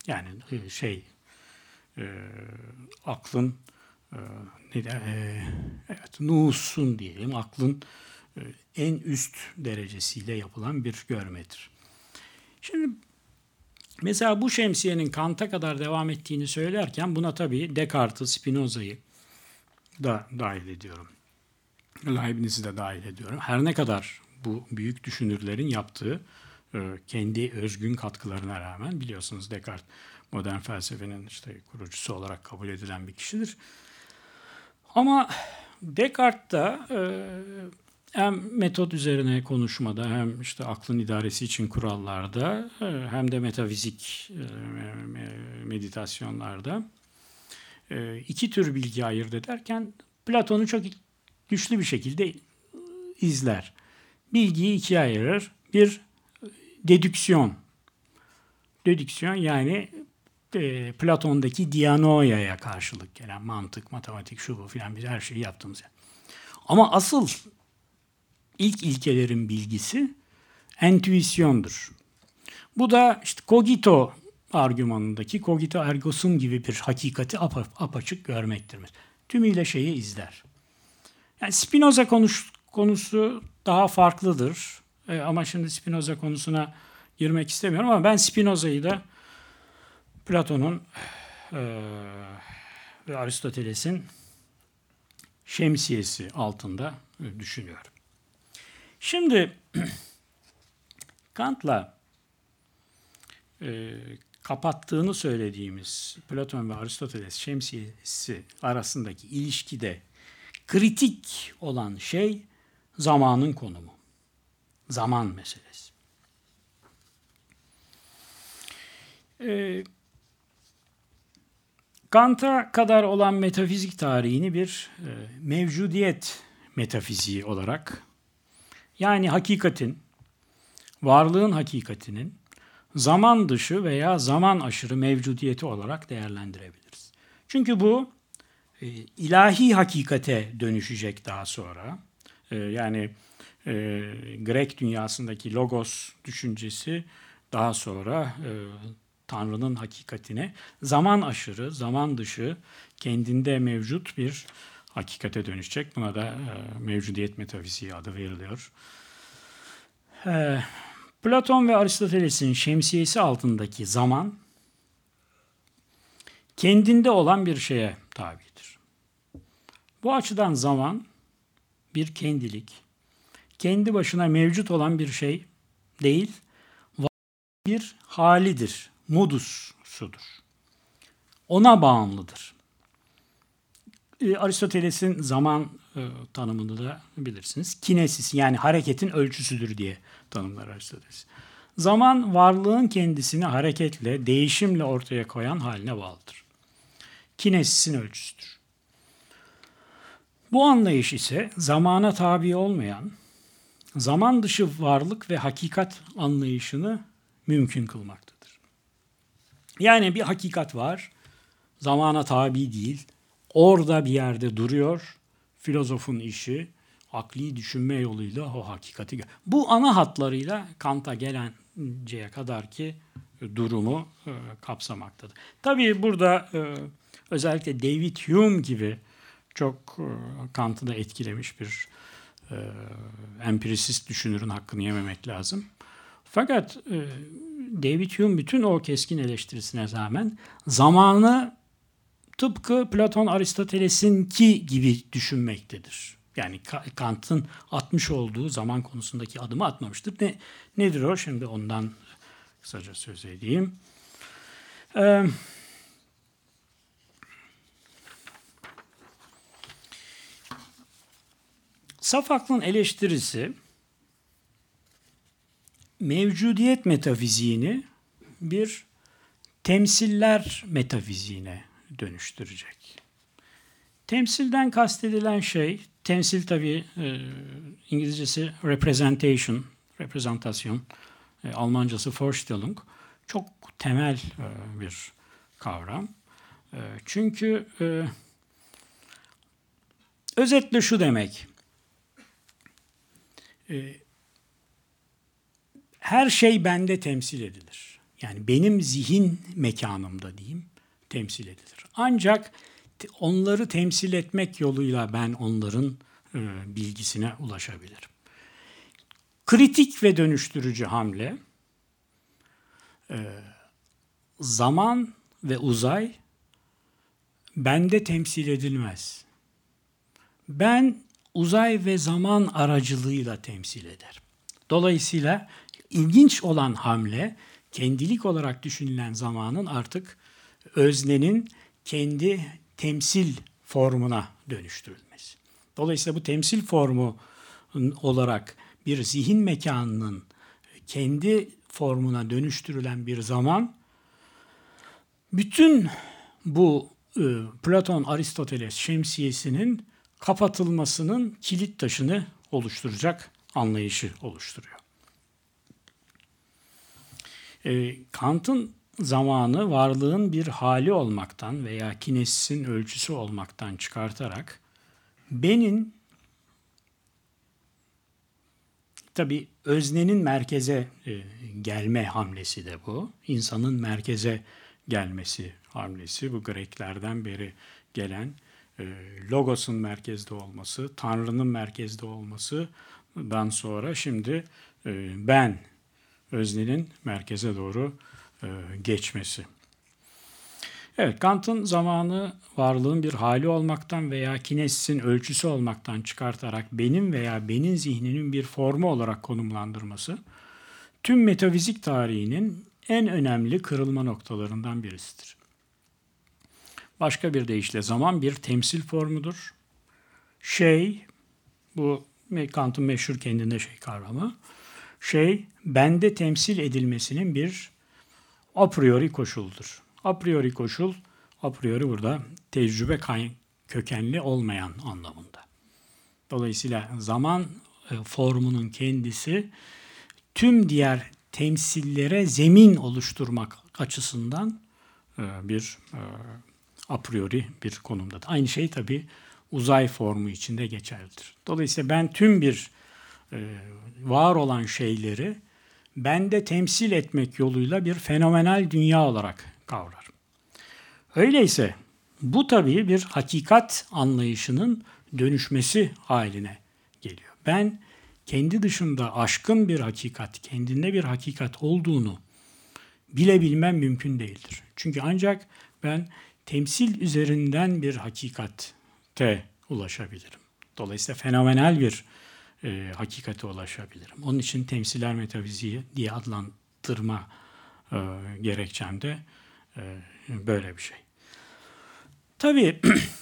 Yani e, şey e, aklın e, ne de, e, evet nusun diyelim, aklın e, en üst derecesiyle yapılan bir görmedir. Şimdi mesela bu şemsiyenin Kant'a kadar devam ettiğini söylerken buna tabii Descartes'i, Spinoza'yı da dahil ediyorum. Leibniz'i de dahil ediyorum. Her ne kadar bu büyük düşünürlerin yaptığı kendi özgün katkılarına rağmen, biliyorsunuz Descartes modern felsefenin işte kurucusu olarak kabul edilen bir kişidir. Ama Descartes da hem metot üzerine konuşmada, hem işte aklın idaresi için kurallarda, hem de metafizik meditasyonlarda iki tür bilgi ayırt ederken Platon'u çok güçlü bir şekilde izler. Bilgiyi ikiye ayırır. Bir, dedüksiyon. Dedüksiyon yani e, Platon'daki dianoia'ya karşılık gelen mantık, matematik, şu bu filan, biz her şeyi yaptığımız yer. Ama asıl ilk ilkelerin bilgisi entüisyondur. Bu da işte cogito argümanındaki cogito ergo sum gibi bir hakikati ap- apaçık görmektir. Tümüyle şeyi izler. Yani Spinoza konuş, konusu daha farklıdır. E, ama şimdi Spinoza konusuna girmek istemiyorum ama ben Spinoza'yı da Platon'un e, ve Aristoteles'in şemsiyesi altında e, düşünüyorum. Şimdi Kant'la e, kapattığını söylediğimiz Platon ve Aristoteles şemsiyesi arasındaki ilişkide kritik olan şey zamanın konumu. Zaman meselesi. E, Kant'a kadar olan metafizik tarihini bir e, mevcudiyet metafiziği olarak, yani hakikatin, varlığın hakikatinin zaman dışı veya zaman aşırı mevcudiyeti olarak değerlendirebiliriz. Çünkü bu e, ilahi hakikate dönüşecek daha sonra. E, yani e, Grek dünyasındaki logos düşüncesi daha sonra e, Tanrı'nın hakikatine zaman aşırı, zaman dışı, kendinde mevcut bir hakikate dönüşecek. Buna da e, mevcudiyet metafiziği adı veriliyor. E, Platon ve Aristoteles'in şemsiyesi altındaki zaman kendinde olan bir şeye tabidir. Bu açıdan zaman bir kendilik, kendi başına mevcut olan bir şey değil, bir halidir, modusudur. Ona bağımlıdır. E, Aristoteles'in zaman e, tanımını da bilirsiniz. Kinesis, yani hareketin ölçüsüdür diye tanımlar Aristoteles. Zaman varlığın kendisini hareketle, değişimle ortaya koyan haline bağlıdır. Kinesis'in ölçüsüdür. Bu anlayış ise zamana tabi olmayan, zaman dışı varlık ve hakikat anlayışını mümkün kılmaktadır. Yani bir hakikat var, zamana tabi değil, orada bir yerde duruyor. Filozofun işi akli düşünme yoluyla o hakikati. Bu ana hatlarıyla Kant'a gelinceye kadar ki durumu e, kapsamaktadır. Tabii burada e, özellikle David Hume gibi çok e, Kant'ı da etkilemiş bir e, empirisist düşünürün hakkını yememek lazım. Fakat e, David Hume bütün o keskin eleştirisine rağmen zamanı tıpkı Platon Aristoteles'inki gibi düşünmektedir. Yani Kant'ın atmış olduğu zaman konusundaki adımı atmamıştır. Ne, nedir o? Şimdi ondan kısaca söz edeyim. Ee, Saf aklın eleştirisi mevcudiyet metafiziğini bir temsiller metafiziğine dönüştürecek. Temsilden kastedilen şey, temsil tabii e, İngilizcesi representation, reprezentasyon, e, Almancası Vorstellung, çok temel e, bir kavram. E, çünkü e, özetle şu demek, e, her şey bende temsil edilir. yani benim zihin mekanımda diyeyim temsil edilir. Ancak onları temsil etmek yoluyla ben onların e, bilgisine ulaşabilirim. Kritik ve dönüştürücü hamle, e, zaman ve uzay bende temsil edilmez. Ben uzay ve zaman aracılığıyla temsil ederim. Dolayısıyla ilginç olan hamle, kendilik olarak düşünülen zamanın artık öznenin kendi temsil formuna dönüştürülmesi. Dolayısıyla bu temsil formu olarak bir zihin mekanının kendi formuna dönüştürülen bir zaman, bütün bu e, Platon-Aristoteles şemsiyesinin kapatılmasının kilit taşını oluşturacak anlayışı oluşturuyor. E, Kant'ın zamanı varlığın bir hali olmaktan veya kinesisin ölçüsü olmaktan çıkartarak benin, tabii öznenin merkeze e, gelme hamlesi de bu. İnsanın merkeze gelmesi hamlesi. Bu Greklerden beri gelen e, Logos'un merkezde olması, Tanrı'nın merkezde olmasından sonra şimdi e, ben, öznenin merkeze doğru e, geçmesi. Evet, Kant'ın zamanı varlığın bir hali olmaktan veya kinesisin ölçüsü olmaktan çıkartarak benim veya benim zihninin bir formu olarak konumlandırması, tüm metafizik tarihinin en önemli kırılma noktalarından birisidir. Başka bir deyişle zaman bir temsil formudur. Şey, bu Kant'ın meşhur kendine şey kavramı, şey, bende temsil edilmesinin bir a priori koşuldur. A priori koşul, a priori burada tecrübe kökenli olmayan anlamında. Dolayısıyla zaman formunun kendisi tüm diğer temsillere zemin oluşturmak açısından bir a priori bir konumdadır. Aynı şey tabii uzay formu içinde geçerlidir. Dolayısıyla ben tüm bir var olan şeyleri bende temsil etmek yoluyla bir fenomenal dünya olarak kavrarım. Öyleyse bu tabii bir hakikat anlayışının dönüşmesi haline geliyor. Ben kendi dışında aşkın bir hakikat, kendinde bir hakikat olduğunu bilebilmem mümkün değildir. Çünkü ancak ben temsil üzerinden bir hakikate ulaşabilirim. Dolayısıyla fenomenal bir e, hakikate ulaşabilirim. Onun için temsiller metafiziği diye adlandırma e, gerekçem de e, böyle bir şey. Tabii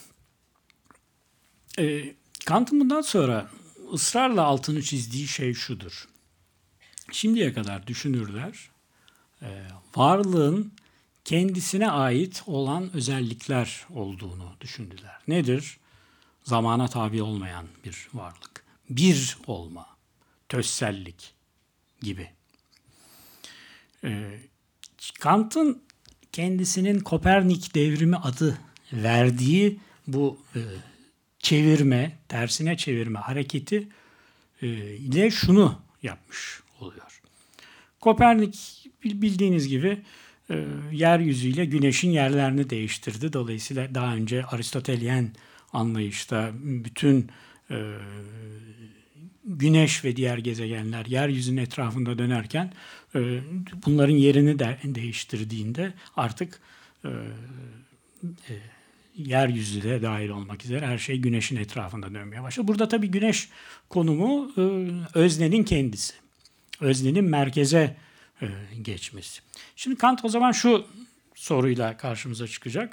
e, Kant'ın bundan sonra ısrarla altını çizdiği şey şudur. Şimdiye kadar düşünürler e, varlığın kendisine ait olan özellikler olduğunu düşündüler. Nedir? Zamana tabi olmayan bir varlık. Bir olma, tözsellik gibi. E, Kant'ın kendisinin Kopernik devrimi adı verdiği bu e, çevirme, tersine çevirme hareketi e, ile şunu yapmış oluyor. Kopernik bildiğiniz gibi e, yeryüzüyle güneşin yerlerini değiştirdi. Dolayısıyla daha önce Aristotelyen anlayışta bütün e, güneş ve diğer gezegenler yeryüzünün etrafında dönerken e, bunların yerini de değiştirdiğinde artık e, e, yeryüzü de dahil olmak üzere her şey güneşin etrafında dönmeye başladı. Burada tabii güneş konumu e, öznenin kendisi. Öznenin merkeze e, geçmesi. Şimdi Kant o zaman şu soruyla karşımıza çıkacak.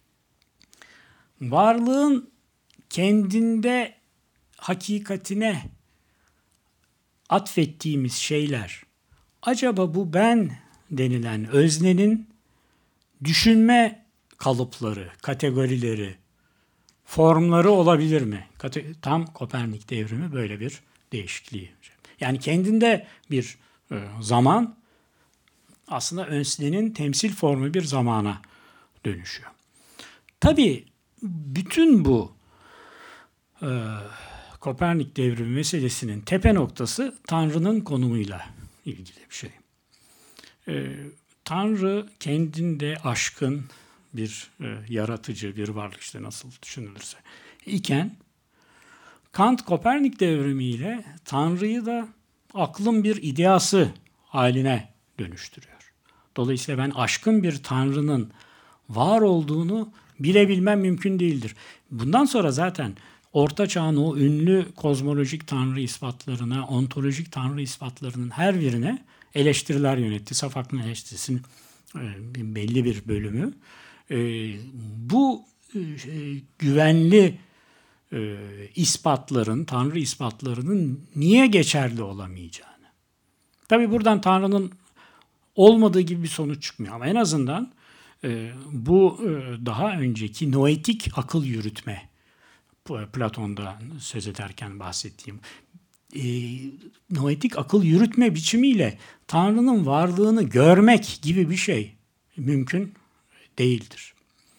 Varlığın kendinde hakikatine atfettiğimiz şeyler, acaba bu ben denilen öznenin düşünme kalıpları, kategorileri, formları olabilir mi? Tam Kopernik devrimi böyle bir değişikliği. Yani kendinde bir zaman aslında öznenin temsil formu bir zamana dönüşüyor. Tabii bütün bu e, Kopernik devrimi meselesinin tepe noktası Tanrı'nın konumuyla ilgili bir şey. E, Tanrı kendinde aşkın bir e, yaratıcı, bir varlık işte nasıl düşünülürse iken Kant Kopernik devrimiyle Tanrı'yı da aklın bir ideası haline dönüştürüyor. Dolayısıyla ben aşkın bir Tanrı'nın var olduğunu bilebilmem mümkün değildir. Bundan sonra zaten Orta Çağ'ın o ünlü kozmolojik Tanrı ispatlarına, ontolojik Tanrı ispatlarının her birine eleştiriler yönetti. Safak'ın eleştirisinin e, belli bir bölümü. E, bu e, güvenli e, ispatların, Tanrı ispatlarının niye geçerli olamayacağını. Tabii buradan Tanrı'nın olmadığı gibi bir sonuç çıkmıyor ama en azından e, bu e, daha önceki noetik akıl yürütme, Platon'da söz ederken bahsettiğim e, noetik akıl yürütme biçimiyle Tanrı'nın varlığını görmek gibi bir şey mümkün değildir.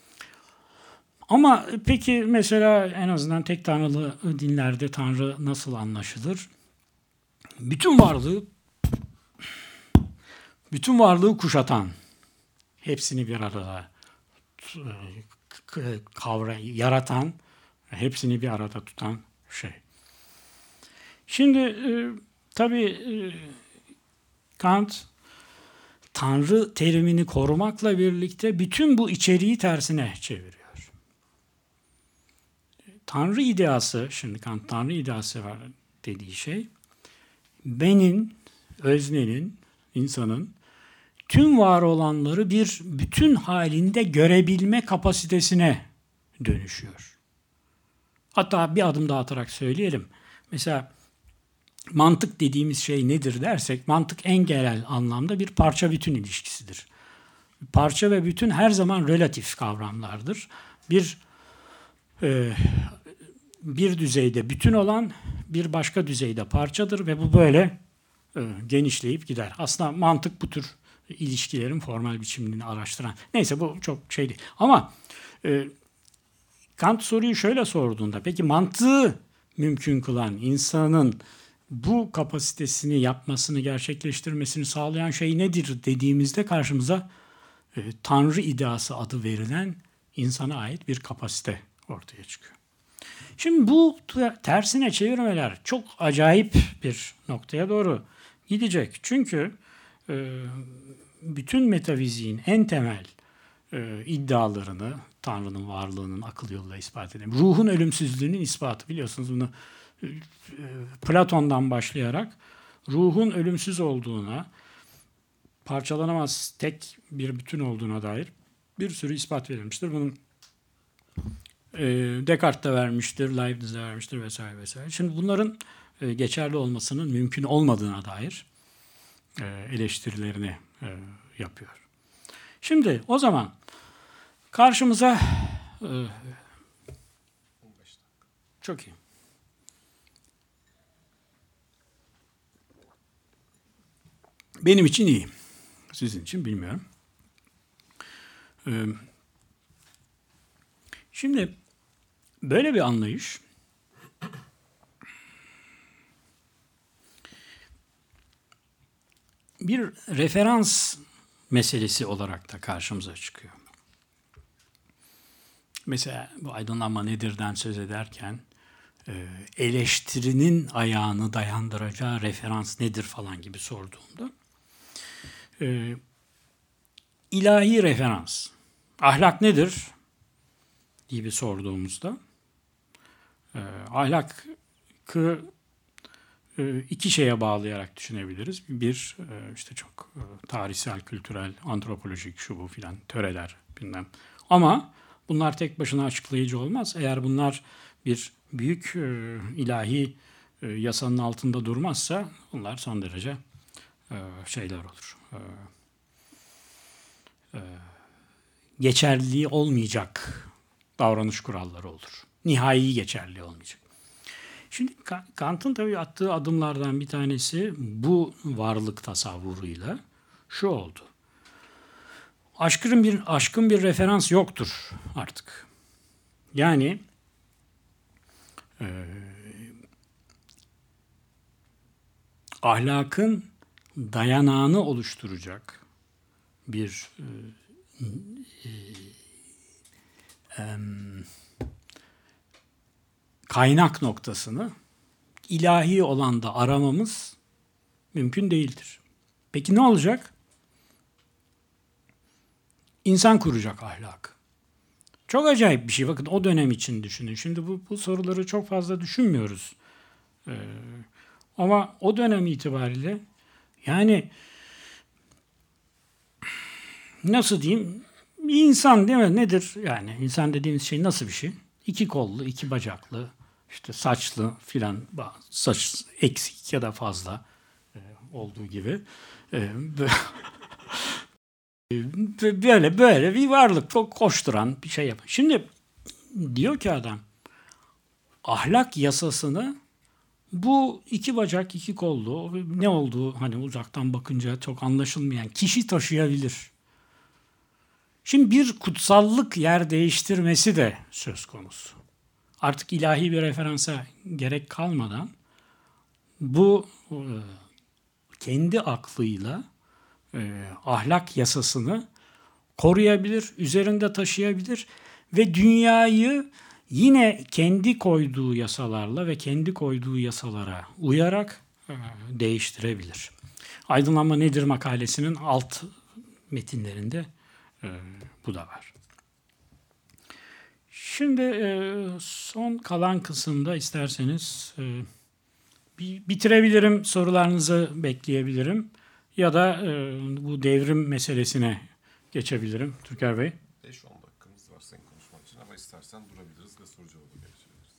Ama peki mesela en azından tek tanrılı dinlerde Tanrı nasıl anlaşılır? Bütün varlığı bütün varlığı kuşatan, hepsini bir arada kavra, yaratan, hepsini bir arada tutan şey. Şimdi e, tabii e, Kant Tanrı terimini korumakla birlikte bütün bu içeriği tersine çeviriyor. Tanrı ideası, şimdi Kant Tanrı ideası var dediği şey, benin, öznenin, insanın tüm var olanları bir bütün halinde görebilme kapasitesine dönüşüyor. Hatta bir adım daha atarak söyleyelim. Mesela mantık dediğimiz şey nedir dersek, mantık en genel anlamda bir parça bütün ilişkisidir. Parça ve bütün her zaman relatif kavramlardır. Bir e, bir düzeyde bütün olan bir başka düzeyde parçadır ve bu böyle e, genişleyip gider. Aslında mantık bu tür ilişkilerin formal biçimini araştıran. Neyse bu çok şey değil. Ama e, Kant soruyu şöyle sorduğunda, peki mantığı mümkün kılan insanın bu kapasitesini yapmasını, gerçekleştirmesini sağlayan şey nedir dediğimizde karşımıza e, Tanrı ideası adı verilen insana ait bir kapasite ortaya çıkıyor. Şimdi bu tersine çevirmeler çok acayip bir noktaya doğru gidecek. Çünkü e, bütün metafiziğin en temel e, iddialarını, Tanrı'nın varlığının akıl yoluyla ispat edelim. Ruhun ölümsüzlüğünün ispatı, biliyorsunuz bunu e, Platon'dan başlayarak ruhun ölümsüz olduğuna, parçalanamaz tek bir bütün olduğuna dair bir sürü ispat verilmiştir. Bunun e, Descartes de vermiştir, Leibniz de vermiştir vesaire vesaire. Şimdi bunların e, geçerli olmasının mümkün olmadığına dair e, eleştirilerini e, yapıyor. Şimdi o zaman karşımıza e, çok iyi. Benim için iyi. Sizin için bilmiyorum. Ee, şimdi böyle bir anlayış bir referans meselesi olarak da karşımıza çıkıyor. Mesela bu aydınlanma nedirden söz ederken e, eleştirinin ayağını dayandıracağı referans nedir falan gibi sorduğumda e, ilahi referans, ahlak nedir gibi sorduğumuzda e, ahlakı e, iki şeye bağlayarak düşünebiliriz. Bir e, işte çok e, tarihsel, kültürel, antropolojik şu bu filan töreler bilmem. Ama bunlar tek başına açıklayıcı olmaz. Eğer bunlar bir büyük e, ilahi e, yasanın altında durmazsa bunlar son derece e, şeyler olur. E, e, geçerliliği olmayacak davranış kuralları olur. Nihai geçerli olmayacak. Şimdi Kant'ın tabii attığı adımlardan bir tanesi bu varlık tasavvuruyla şu oldu. Aşkın bir aşkın bir referans yoktur artık. Yani e, ahlakın dayanağını oluşturacak bir e, e, e, kaynak noktasını ilahi olanda aramamız mümkün değildir. Peki ne olacak? İnsan kuracak ahlak. Çok acayip bir şey. Bakın o dönem için düşünün. Şimdi bu, bu soruları çok fazla düşünmüyoruz. Ee, ama o dönem itibariyle yani nasıl diyeyim? Bir insan değil mi? Nedir? Yani insan dediğimiz şey nasıl bir şey? İki kollu, iki bacaklı, işte saçlı filan, saç eksik ya da fazla e, olduğu gibi. E, böyle böyle bir varlık, koşturan bir şey yapıyor. Şimdi diyor ki adam, ahlak yasasını bu iki bacak, iki kollu, ne olduğu hani uzaktan bakınca çok anlaşılmayan kişi taşıyabilir. Şimdi bir kutsallık yer değiştirmesi de söz konusu. Artık ilahi bir referansa gerek kalmadan bu e, kendi aklıyla e, ahlak yasasını koruyabilir, üzerinde taşıyabilir ve dünyayı yine kendi koyduğu yasalarla ve kendi koyduğu yasalara uyarak e, değiştirebilir. Aydınlanma Nedir makalesinin alt metinlerinde e, bu da var. Şimdi e, son kalan kısımda isterseniz e, bir bitirebilirim, sorularınızı bekleyebilirim ya da e, bu devrim meselesine geçebilirim. Türker Bey. beş on dakikamız var senin konuşman için ama istersen durabiliriz ve soru cevabı geçebiliriz.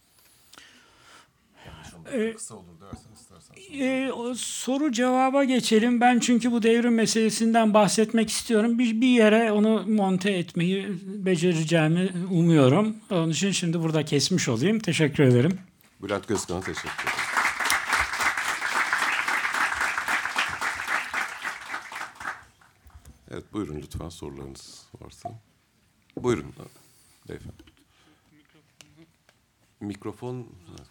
beş on dakika kısa olur dersen istersen. E, o soru cevaba geçelim. Ben çünkü bu devrim meselesinden bahsetmek istiyorum. Bir, bir yere onu monte etmeyi becereceğimi umuyorum. Onun için şimdi burada kesmiş olayım. Teşekkür ederim. Bülent Gözkan'a teşekkür ederim. Evet, buyurun lütfen sorularınız varsa. Buyurun beyefendi. Mikrofon. Evet.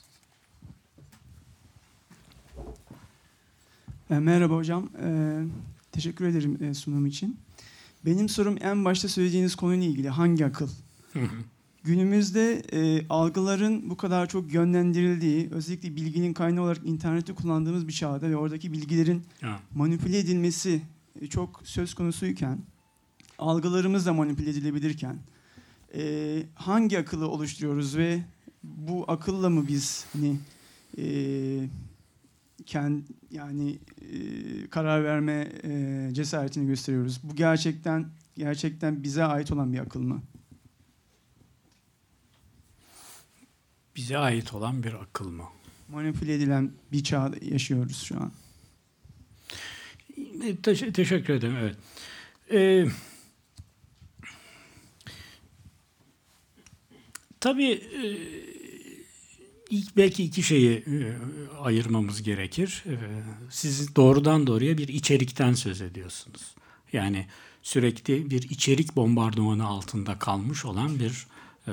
Merhaba hocam. Ee, teşekkür ederim e, sunum için. Benim sorum en başta söylediğiniz konuyla ilgili. Hangi akıl? Günümüzde e, algıların bu kadar çok yönlendirildiği, özellikle bilginin kaynağı olarak interneti kullandığımız bir çağda ve oradaki bilgilerin Ha. manipüle edilmesi e, çok söz konusuyken, algılarımız da manipüle edilebilirken, e, hangi akıllı oluşturuyoruz ve bu akılla mı biz hani e, kendi yani e, karar verme e, cesaretini gösteriyoruz? Bu gerçekten gerçekten bize ait olan bir akıl mı? Bize ait olan bir akıl mı? Manipüle edilen bir çağda yaşıyoruz şu an. Te- teşekkür ederim. Evet. Ee, tabii e, ilk belki iki şeyi e, ayırmamız gerekir. E, siz doğrudan doğruya bir içerikten söz ediyorsunuz. Yani sürekli bir içerik bombardımanı altında kalmış olan bir e,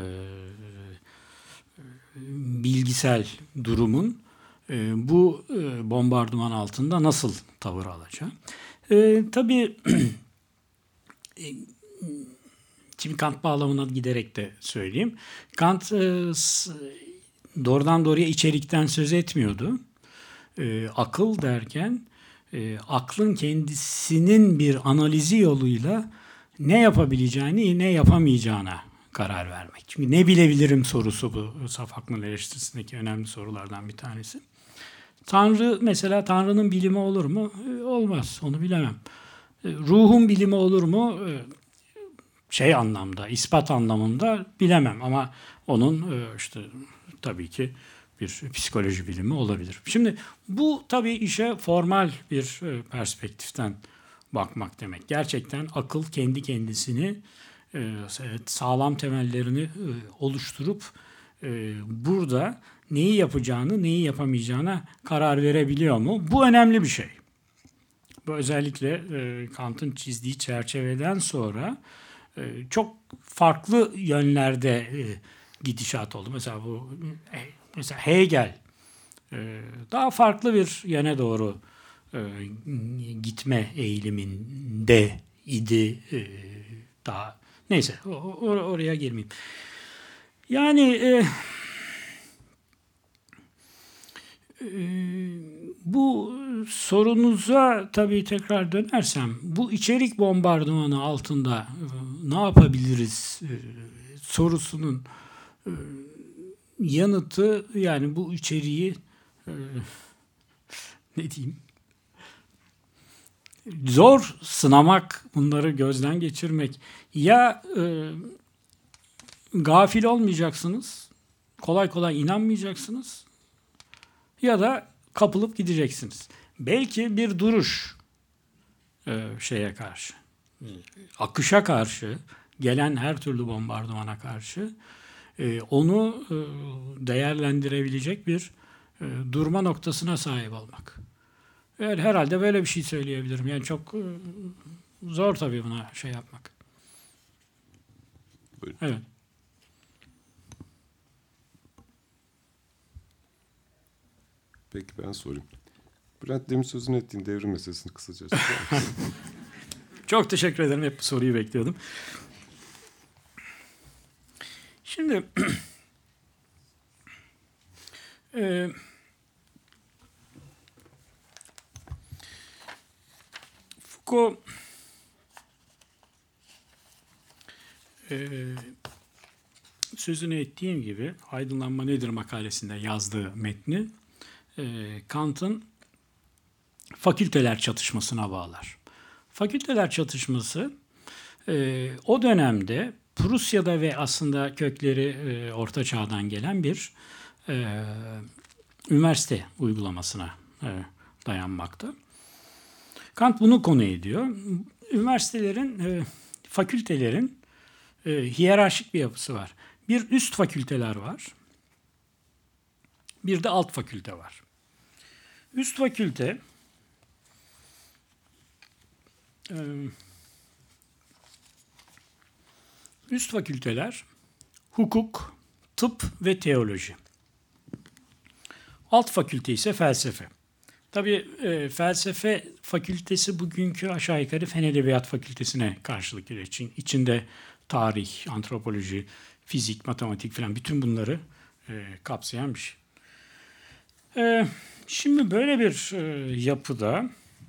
bilgisel durumun e, bu e, bombardıman altında nasıl tavır alacağı. E, tabii e, şimdi Kant bağlamına giderek de söyleyeyim. Kant e, s, doğrudan doğruya içerikten söz etmiyordu. E, akıl derken e, aklın kendisinin bir analizi yoluyla ne yapabileceğini, ne yapamayacağına karar vermek. Çünkü ne bilebilirim sorusu bu saf aklın eleştirisindeki önemli sorulardan bir tanesi. Tanrı mesela, Tanrı'nın bilimi olur mu? E, olmaz, onu bilemem. E, ruhun bilimi olur mu? E, şey anlamda, ispat anlamında bilemem ama onun e, işte tabii ki bir psikoloji bilimi olabilir. Şimdi bu tabii işe formal bir e, perspektiften bakmak demek. Gerçekten akıl kendi kendisini e, sağlam temellerini e, oluşturup e, burada neyi yapacağını, neyi yapamayacağına karar verebiliyor mu? Bu önemli bir şey. Bu özellikle e, Kant'ın çizdiği çerçeveden sonra e, çok farklı yönlerde e, gidişat oldu. Mesela bu e, mesela Hegel e, daha farklı bir yöne doğru e, gitme eğiliminde idi e, daha. Neyse or- oraya girmeyeyim. Yani e, e, bu sorunuza tabii tekrar dönersem, bu içerik bombardımanı altında e, ne yapabiliriz e, sorusunun e, yanıtı, yani bu içeriği e, ne diyeyim, zor sınamak, bunları gözden geçirmek. Ya e, gafil olmayacaksınız, kolay kolay inanmayacaksınız, ya da kapılıp gideceksiniz. Belki bir duruş e, şeye karşı, akışa karşı, gelen her türlü bombardımana karşı e, onu e, değerlendirebilecek bir e, durma noktasına sahip olmak. Evet, herhalde böyle bir şey söyleyebilirim. Yani çok e, zor tabii buna şey yapmak. Buyurun. Evet. Peki ben sorayım. Bülent, demin sözünü ettiğin devrim meselesini kısaca açıklar mısın? Çok teşekkür ederim. Hep bu soruyu bekliyordum. Şimdi e, Foucault e, sözünü ettiğim gibi Aydınlanma Nedir makalesinde yazdığı metni e, Kant'ın fakülteler çatışmasına bağlar. Fakülteler çatışması e, o dönemde Prusya'da ve aslında kökleri e, Orta Çağ'dan gelen bir e, üniversite uygulamasına e, dayanmakta. Kant bunu konu ediyor. Üniversitelerin, e, fakültelerin e, hiyerarşik bir yapısı var. Bir üst fakülteler var. Bir de alt fakülte var. Üst fakülte e, üst fakülteler hukuk, tıp ve teoloji. Alt fakülte ise felsefe. Tabii e, felsefe fakültesi bugünkü aşağı yukarı Fen Edebiyat Fakültesine karşılık geliyor. İçinde tarih, antropoloji, fizik, matematik falan bütün bunları e, kapsayan bir şey. E, şimdi böyle bir e, yapıda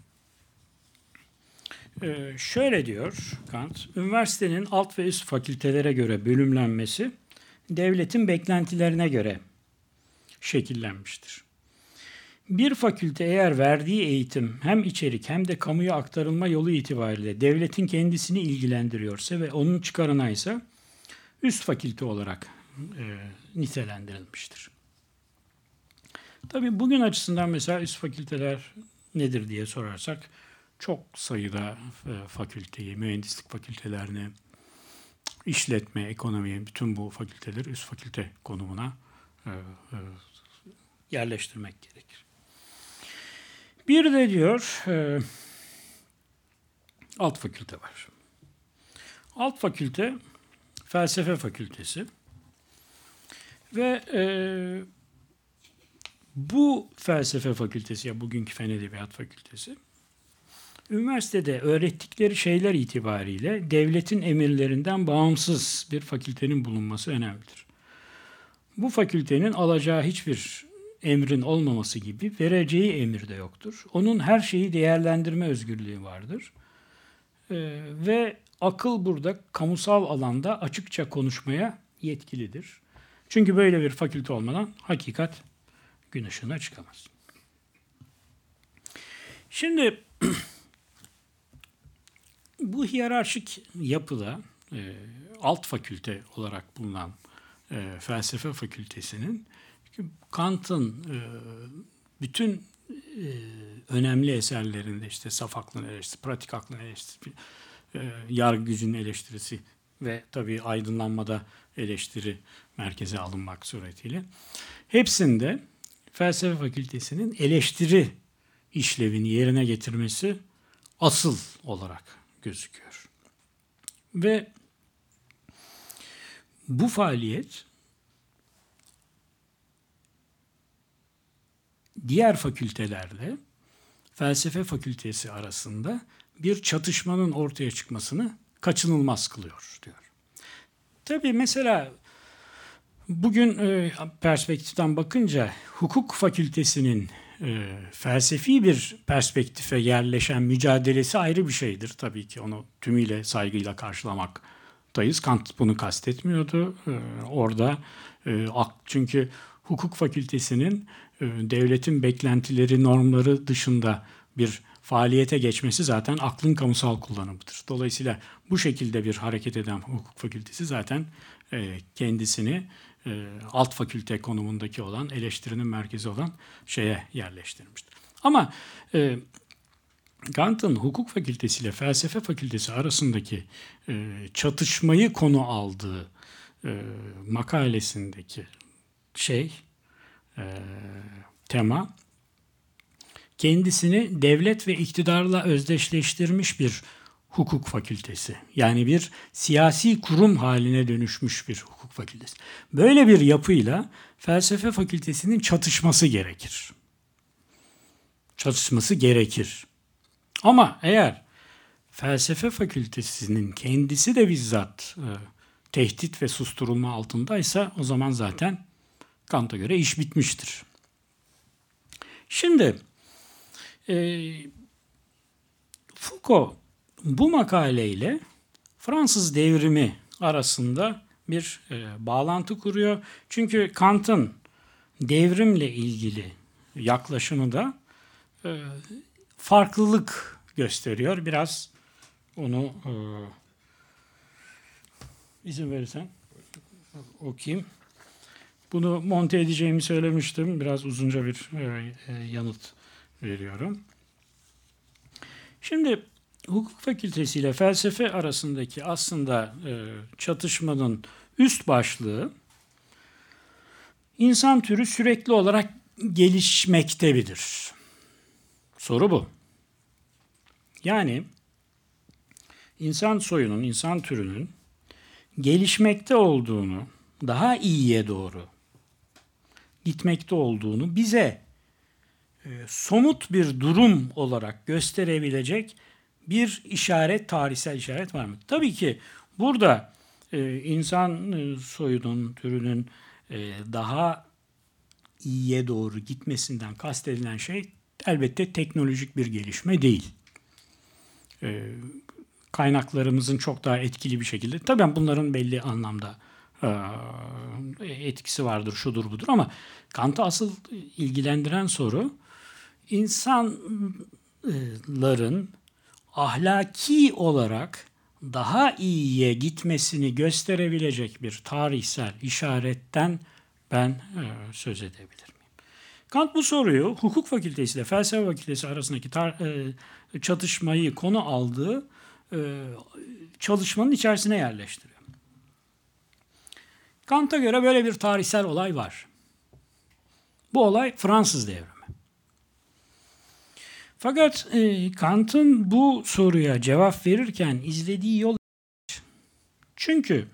e, şöyle diyor Kant, üniversitenin alt ve üst fakültelere göre bölümlenmesi devletin beklentilerine göre şekillenmiştir. Bir fakülte eğer verdiği eğitim hem içerik hem de kamuya aktarılma yolu itibariyle devletin kendisini ilgilendiriyorsa ve onun çıkarına ise üst fakülte olarak e, nitelendirilmiştir. Tabii bugün açısından mesela üst fakülteler nedir diye sorarsak çok sayıda e, fakülteyi, mühendislik fakültelerini, işletme, ekonomi, bütün bu fakülteleri üst fakülte konumuna e, e, yerleştirmek gerekir. Bir de diyor e, alt fakülte var. Alt fakülte felsefe fakültesi ve e, bu felsefe fakültesi ya bugünkü Fen Edebiyat Fakültesi üniversitede öğrettikleri şeyler itibariyle devletin emirlerinden bağımsız bir fakültenin bulunması önemlidir. Bu fakültenin alacağı hiçbir emrin olmaması gibi vereceği emir de yoktur. Onun her şeyi değerlendirme özgürlüğü vardır. Ee, ve akıl burada kamusal alanda açıkça konuşmaya yetkilidir. Çünkü böyle bir fakülte olmadan hakikat gün ışığına çıkamaz. Şimdi bu hiyerarşik yapıda e, alt fakülte olarak bulunan e, felsefe fakültesinin Kant'ın e, bütün e, önemli eserlerinde işte saf aklın eleştirisi, pratik aklın eleştirisi, e, yargı gücünün eleştirisi ve tabii aydınlanmada eleştiri merkeze alınmak suretiyle hepsinde felsefe fakültesinin eleştiri işlevini yerine getirmesi asıl olarak gözüküyor. Ve bu faaliyet diğer fakültelerde felsefe fakültesi arasında bir çatışmanın ortaya çıkmasını kaçınılmaz kılıyor diyor. Tabii mesela bugün e, perspektiften bakınca hukuk fakültesinin e, felsefi bir perspektife yerleşen mücadelesi ayrı bir şeydir. Tabii ki onu tümüyle saygıyla karşılamaktayız. Kant bunu kastetmiyordu. E, orada e, çünkü hukuk fakültesinin e, devletin beklentileri, normları dışında bir faaliyete geçmesi zaten aklın kamusal kullanımıdır. Dolayısıyla bu şekilde bir hareket eden hukuk fakültesi zaten e, kendisini e, alt fakülte konumundaki olan, eleştirinin merkezi olan şeye yerleştirmiştir. Ama e, Kant'ın hukuk fakültesi ile felsefe fakültesi arasındaki e, çatışmayı konu aldığı e, makalesindeki şey, e, tema, kendisini devlet ve iktidarla özdeşleştirmiş bir hukuk fakültesi. Yani bir siyasi kurum haline dönüşmüş bir hukuk fakültesi. Böyle bir yapıyla felsefe fakültesinin çatışması gerekir. Çatışması gerekir. Ama eğer felsefe fakültesinin kendisi de bizzat e, tehdit ve susturulma altındaysa o zaman zaten Kant'a göre iş bitmiştir. Şimdi e, Foucault bu makaleyle Fransız devrimi arasında bir e, bağlantı kuruyor. Çünkü Kant'ın devrimle ilgili yaklaşımı da e, farklılık gösteriyor. Biraz onu e, izin verirsen okuyayım. Bunu monte edeceğimi söylemiştim. Biraz uzunca bir e, e, yanıt veriyorum. Şimdi hukuk fakültesi ile felsefe arasındaki aslında e, çatışmanın üst başlığı insan türü sürekli olarak gelişmektedir. Soru bu. Yani insan soyunun, insan türünün gelişmekte olduğunu, daha iyiye doğru gitmekte olduğunu bize e, somut bir durum olarak gösterebilecek bir işaret, tarihsel işaret var mı? Tabii ki burada e, insan e, soyunun, türünün e, daha iyiye doğru gitmesinden kastedilen şey elbette teknolojik bir gelişme değil. E, kaynaklarımızın çok daha etkili bir şekilde, tabii bunların belli anlamda e, etkisi vardır, şudur budur ama Kant'ı asıl ilgilendiren soru insanların ahlaki olarak daha iyiye gitmesini gösterebilecek bir tarihsel işaretten ben e, söz edebilir miyim? Kant bu soruyu hukuk fakültesi ile felsefe fakültesi arasındaki tar- e, çatışmayı konu aldığı e, çalışmanın içerisine yerleştiriyor. Kant'a göre böyle bir tarihsel olay var. Bu olay Fransız devrimi. Fakat e, Kant'ın bu soruya cevap verirken izlediği yol, çünkü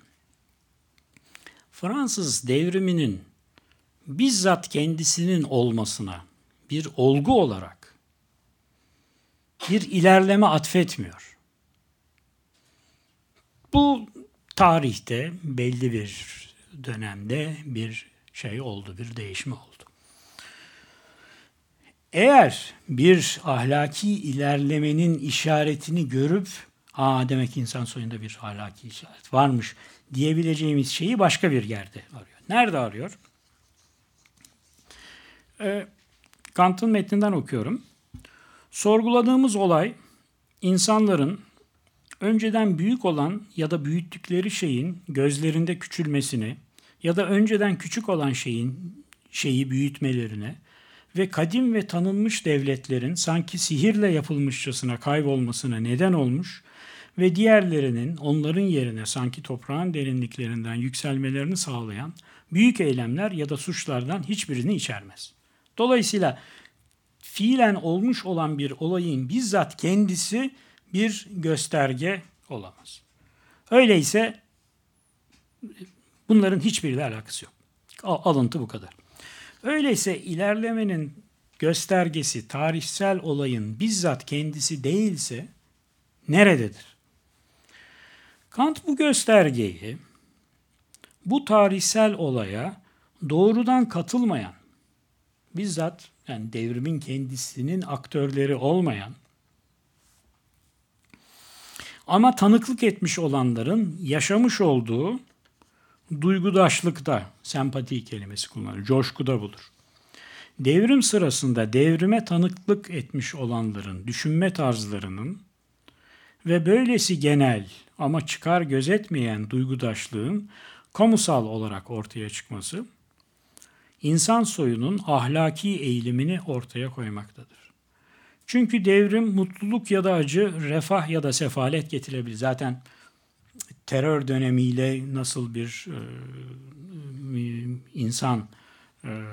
Fransız devriminin bizzat kendisinin olmasına bir olgu olarak bir ilerleme atfetmiyor. Bu tarihte belli bir dönemde bir şey oldu, bir değişme oldu. Eğer bir ahlaki ilerlemenin işaretini görüp, aa demek insan soyunda bir ahlaki işaret varmış diyebileceğimiz şeyi başka bir yerde arıyor. Nerede arıyor? E, Kant'ın metninden okuyorum. Sorguladığımız olay, insanların önceden büyük olan ya da büyüttükleri şeyin gözlerinde küçülmesini ya da önceden küçük olan şeyin şeyi büyütmelerine ve kadim ve tanınmış devletlerin sanki sihirle yapılmışçasına kaybolmasına neden olmuş ve diğerlerinin onların yerine sanki toprağın derinliklerinden yükselmelerini sağlayan büyük eylemler ya da suçlardan hiçbirini içermez. Dolayısıyla fiilen olmuş olan bir olayın bizzat kendisi bir gösterge olamaz. Öyleyse bunların hiçbiriyle alakası yok. Alıntı bu kadar. Öyleyse ilerlemenin göstergesi tarihsel olayın bizzat kendisi değilse nerededir? Kant bu göstergeyi bu tarihsel olaya doğrudan katılmayan, bizzat yani devrimin kendisinin aktörleri olmayan ama tanıklık etmiş olanların yaşamış olduğu duygudaşlıkta, sempati kelimesi kullanılır, coşkuda bulur. Devrim sırasında devrime tanıklık etmiş olanların düşünme tarzlarının ve böylesi genel ama çıkar gözetmeyen duygudaşlığın kamusal olarak ortaya çıkması, insan soyunun ahlaki eğilimini ortaya koymaktadır. Çünkü devrim mutluluk ya da acı, refah ya da sefalet getirebilir. Zaten terör dönemiyle nasıl bir e, insan, e,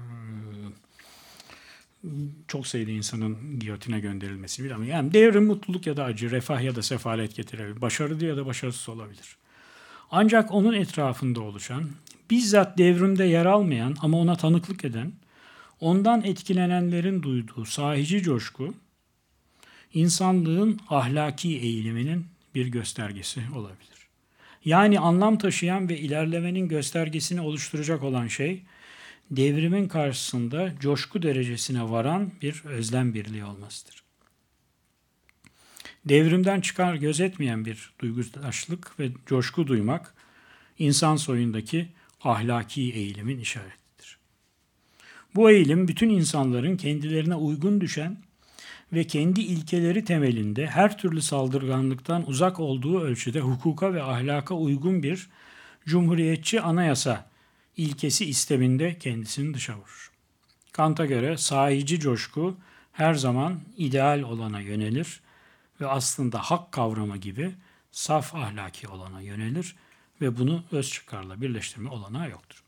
çok sayıda insanın giyotine gönderilmesi bile ama yani devrim mutluluk ya da acı, refah ya da sefalet getirebilir. Başarılı ya da başarısız olabilir. Ancak onun etrafında oluşan, bizzat devrimde yer almayan ama ona tanıklık eden, ondan etkilenenlerin duyduğu sahici coşku, insanlığın ahlaki eğiliminin bir göstergesi olabilir. Yani anlam taşıyan ve ilerlemenin göstergesini oluşturacak olan şey, devrimin karşısında coşku derecesine varan bir özlem birliği olmasıdır. Devrimden çıkar gözetmeyen bir duygudaşlık ve coşku duymak, insan soyundaki ahlaki eğilimin işaretidir. Bu eğilim bütün insanların kendilerine uygun düşen ve kendi ilkeleri temelinde her türlü saldırganlıktan uzak olduğu ölçüde hukuka ve ahlaka uygun bir cumhuriyetçi anayasa ilkesi isteminde kendisini dışa vurur. Kant'a göre sahici coşku her zaman ideal olana yönelir ve aslında hak kavramı gibi saf ahlaki olana yönelir ve bunu öz çıkarla birleştirme olanağı yoktur.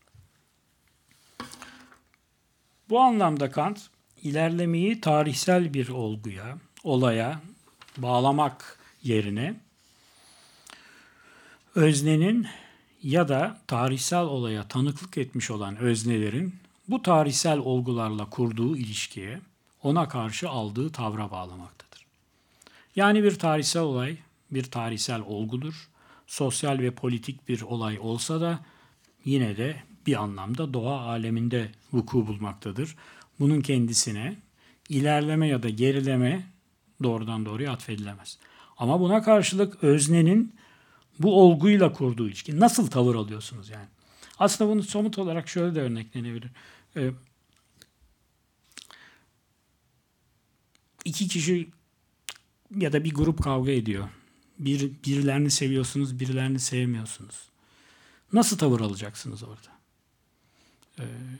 Bu anlamda Kant, ilerlemeyi tarihsel bir olguya, olaya bağlamak yerine öznenin ya da tarihsel olaya tanıklık etmiş olan öznelerin bu tarihsel olgularla kurduğu ilişkiye, ona karşı aldığı tavra bağlamaktadır. Yani bir tarihsel olay bir tarihsel olgudur. Sosyal ve politik bir olay olsa da yine de bir anlamda doğa aleminde vuku bulmaktadır. Bunun kendisine ilerleme ya da gerileme doğrudan doğruya atfedilemez. Ama buna karşılık öznenin bu olguyla kurduğu ilişki. Nasıl tavır alıyorsunuz yani? Aslında bunu somut olarak şöyle de örneklenebilir. Ee, iki kişi ya da bir grup kavga ediyor. Bir, birilerini seviyorsunuz, birilerini sevmiyorsunuz. Nasıl tavır alacaksınız orada? Ee,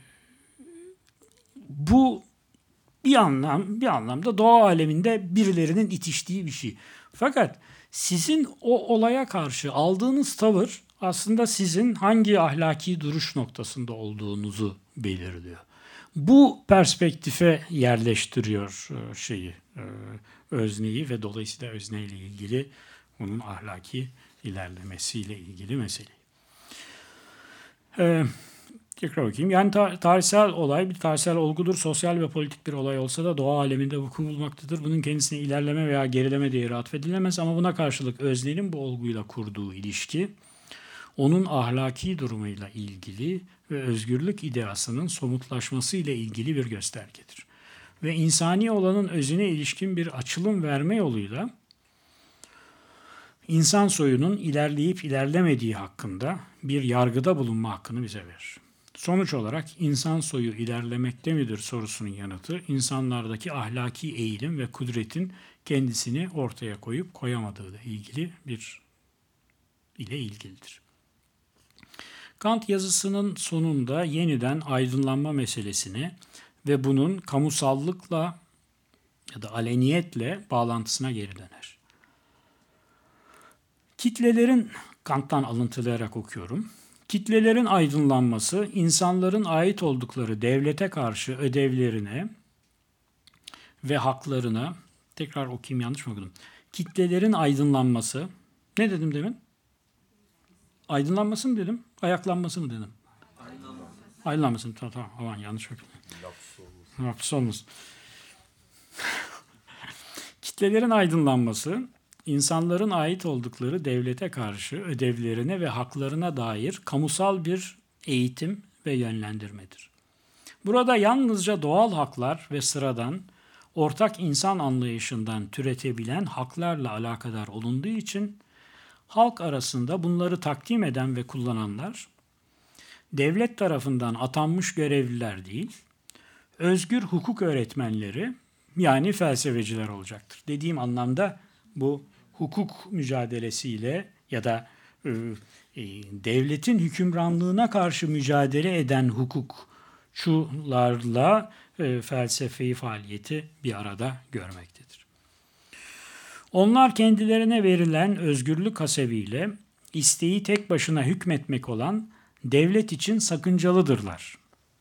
bu bir anlam, bir anlamda doğa aleminde birilerinin itiştiği bir şey. Fakat sizin o olaya karşı aldığınız tavır aslında sizin hangi ahlaki duruş noktasında olduğunuzu belirliyor. Bu perspektife yerleştiriyor şeyi, özneyi ve dolayısıyla özneyle ilgili onun ahlaki ilerlemesiyle ilgili meseleyi. Ee, tekrar bakayım. Yani tar- tarihsel olay bir tarihsel olgudur. Sosyal ve politik bir olay olsa da doğa aleminde vuku bulmaktadır. Bunun kendisine ilerleme veya gerileme değeri atfedilemez ama buna karşılık öznenin bu olguyla kurduğu ilişki onun ahlaki durumuyla ilgili ve özgürlük ideasının somutlaşması ile ilgili bir göstergedir. Ve insani olanın özüne ilişkin bir açılım verme yoluyla insan soyunun ilerleyip ilerlemediği hakkında bir yargıda bulunma hakkını bize verir. Sonuç olarak insan soyu ilerlemekte midir sorusunun yanıtı insanlardaki ahlaki eğilim ve kudretin kendisini ortaya koyup koyamadığı ile ilgili bir ile ilgilidir. Kant yazısının sonunda yeniden aydınlanma meselesini ve bunun kamusallıkla ya da aleniyetle bağlantısına geri döner. Kitlelerin, Kant'tan alıntılayarak okuyorum, kitlelerin aydınlanması, insanların ait oldukları devlete karşı ödevlerine ve haklarına, tekrar okuyayım yanlış mı okudum? Kitlelerin aydınlanması, ne dedim demin? Aydınlanması mı dedim? Ayaklanması mı dedim? Aydınlanması. Aydınlanması. Tamam tamam. Aman yanlış okudum. hapis olmasın. Kitlelerin aydınlanması, insanların ait oldukları devlete karşı ödevlerine ve haklarına dair kamusal bir eğitim ve yönlendirmedir. Burada yalnızca doğal haklar ve sıradan, ortak insan anlayışından türetebilen haklarla alakadar olunduğu için halk arasında bunları takdim eden ve kullananlar, devlet tarafından atanmış görevliler değil, özgür hukuk öğretmenleri yani felsefeciler olacaktır. Dediğim anlamda bu hukuk mücadelesiyle ya da e, e, devletin hükümranlığına karşı mücadele eden hukukçularla e, felsefeyi faaliyeti bir arada görmektedir. Onlar kendilerine verilen özgürlük hasebiyle isteği tek başına hükmetmek olan devlet için sakıncalıdırlar.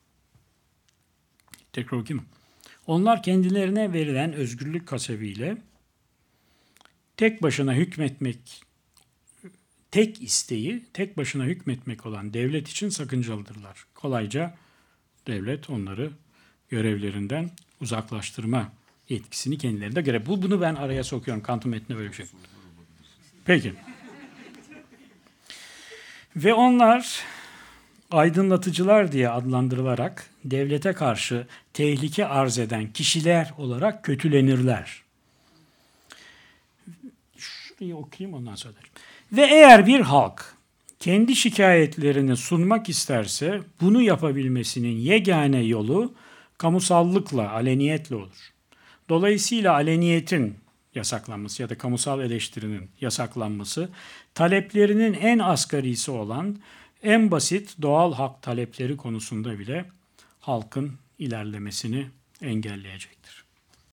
Tekrar okuyayım. Onlar kendilerine verilen özgürlük hasebiyle tek başına hükmetmek, tek isteği tek başına hükmetmek olan devlet için sakıncalıdırlar. Kolayca devlet onları görevlerinden uzaklaştırma yetkisini kendilerinde göre. Bu bunu ben araya sokuyorum. Kant'ın metninde böyle bir şey. Peki. Ve onlar aydınlatıcılar diye adlandırılarak devlete karşı tehlike arz eden kişiler olarak kötülenirler. Şurayı okuyayım ondan sonra. Ve eğer bir halk kendi şikayetlerini sunmak isterse bunu yapabilmesinin yegane yolu kamusallıkla, aleniyetle olur. Dolayısıyla aleniyetin yasaklanması ya da kamusal eleştirinin yasaklanması taleplerinin en asgarisi olan en basit doğal hak talepleri konusunda bile halkın ilerlemesini engelleyecektir.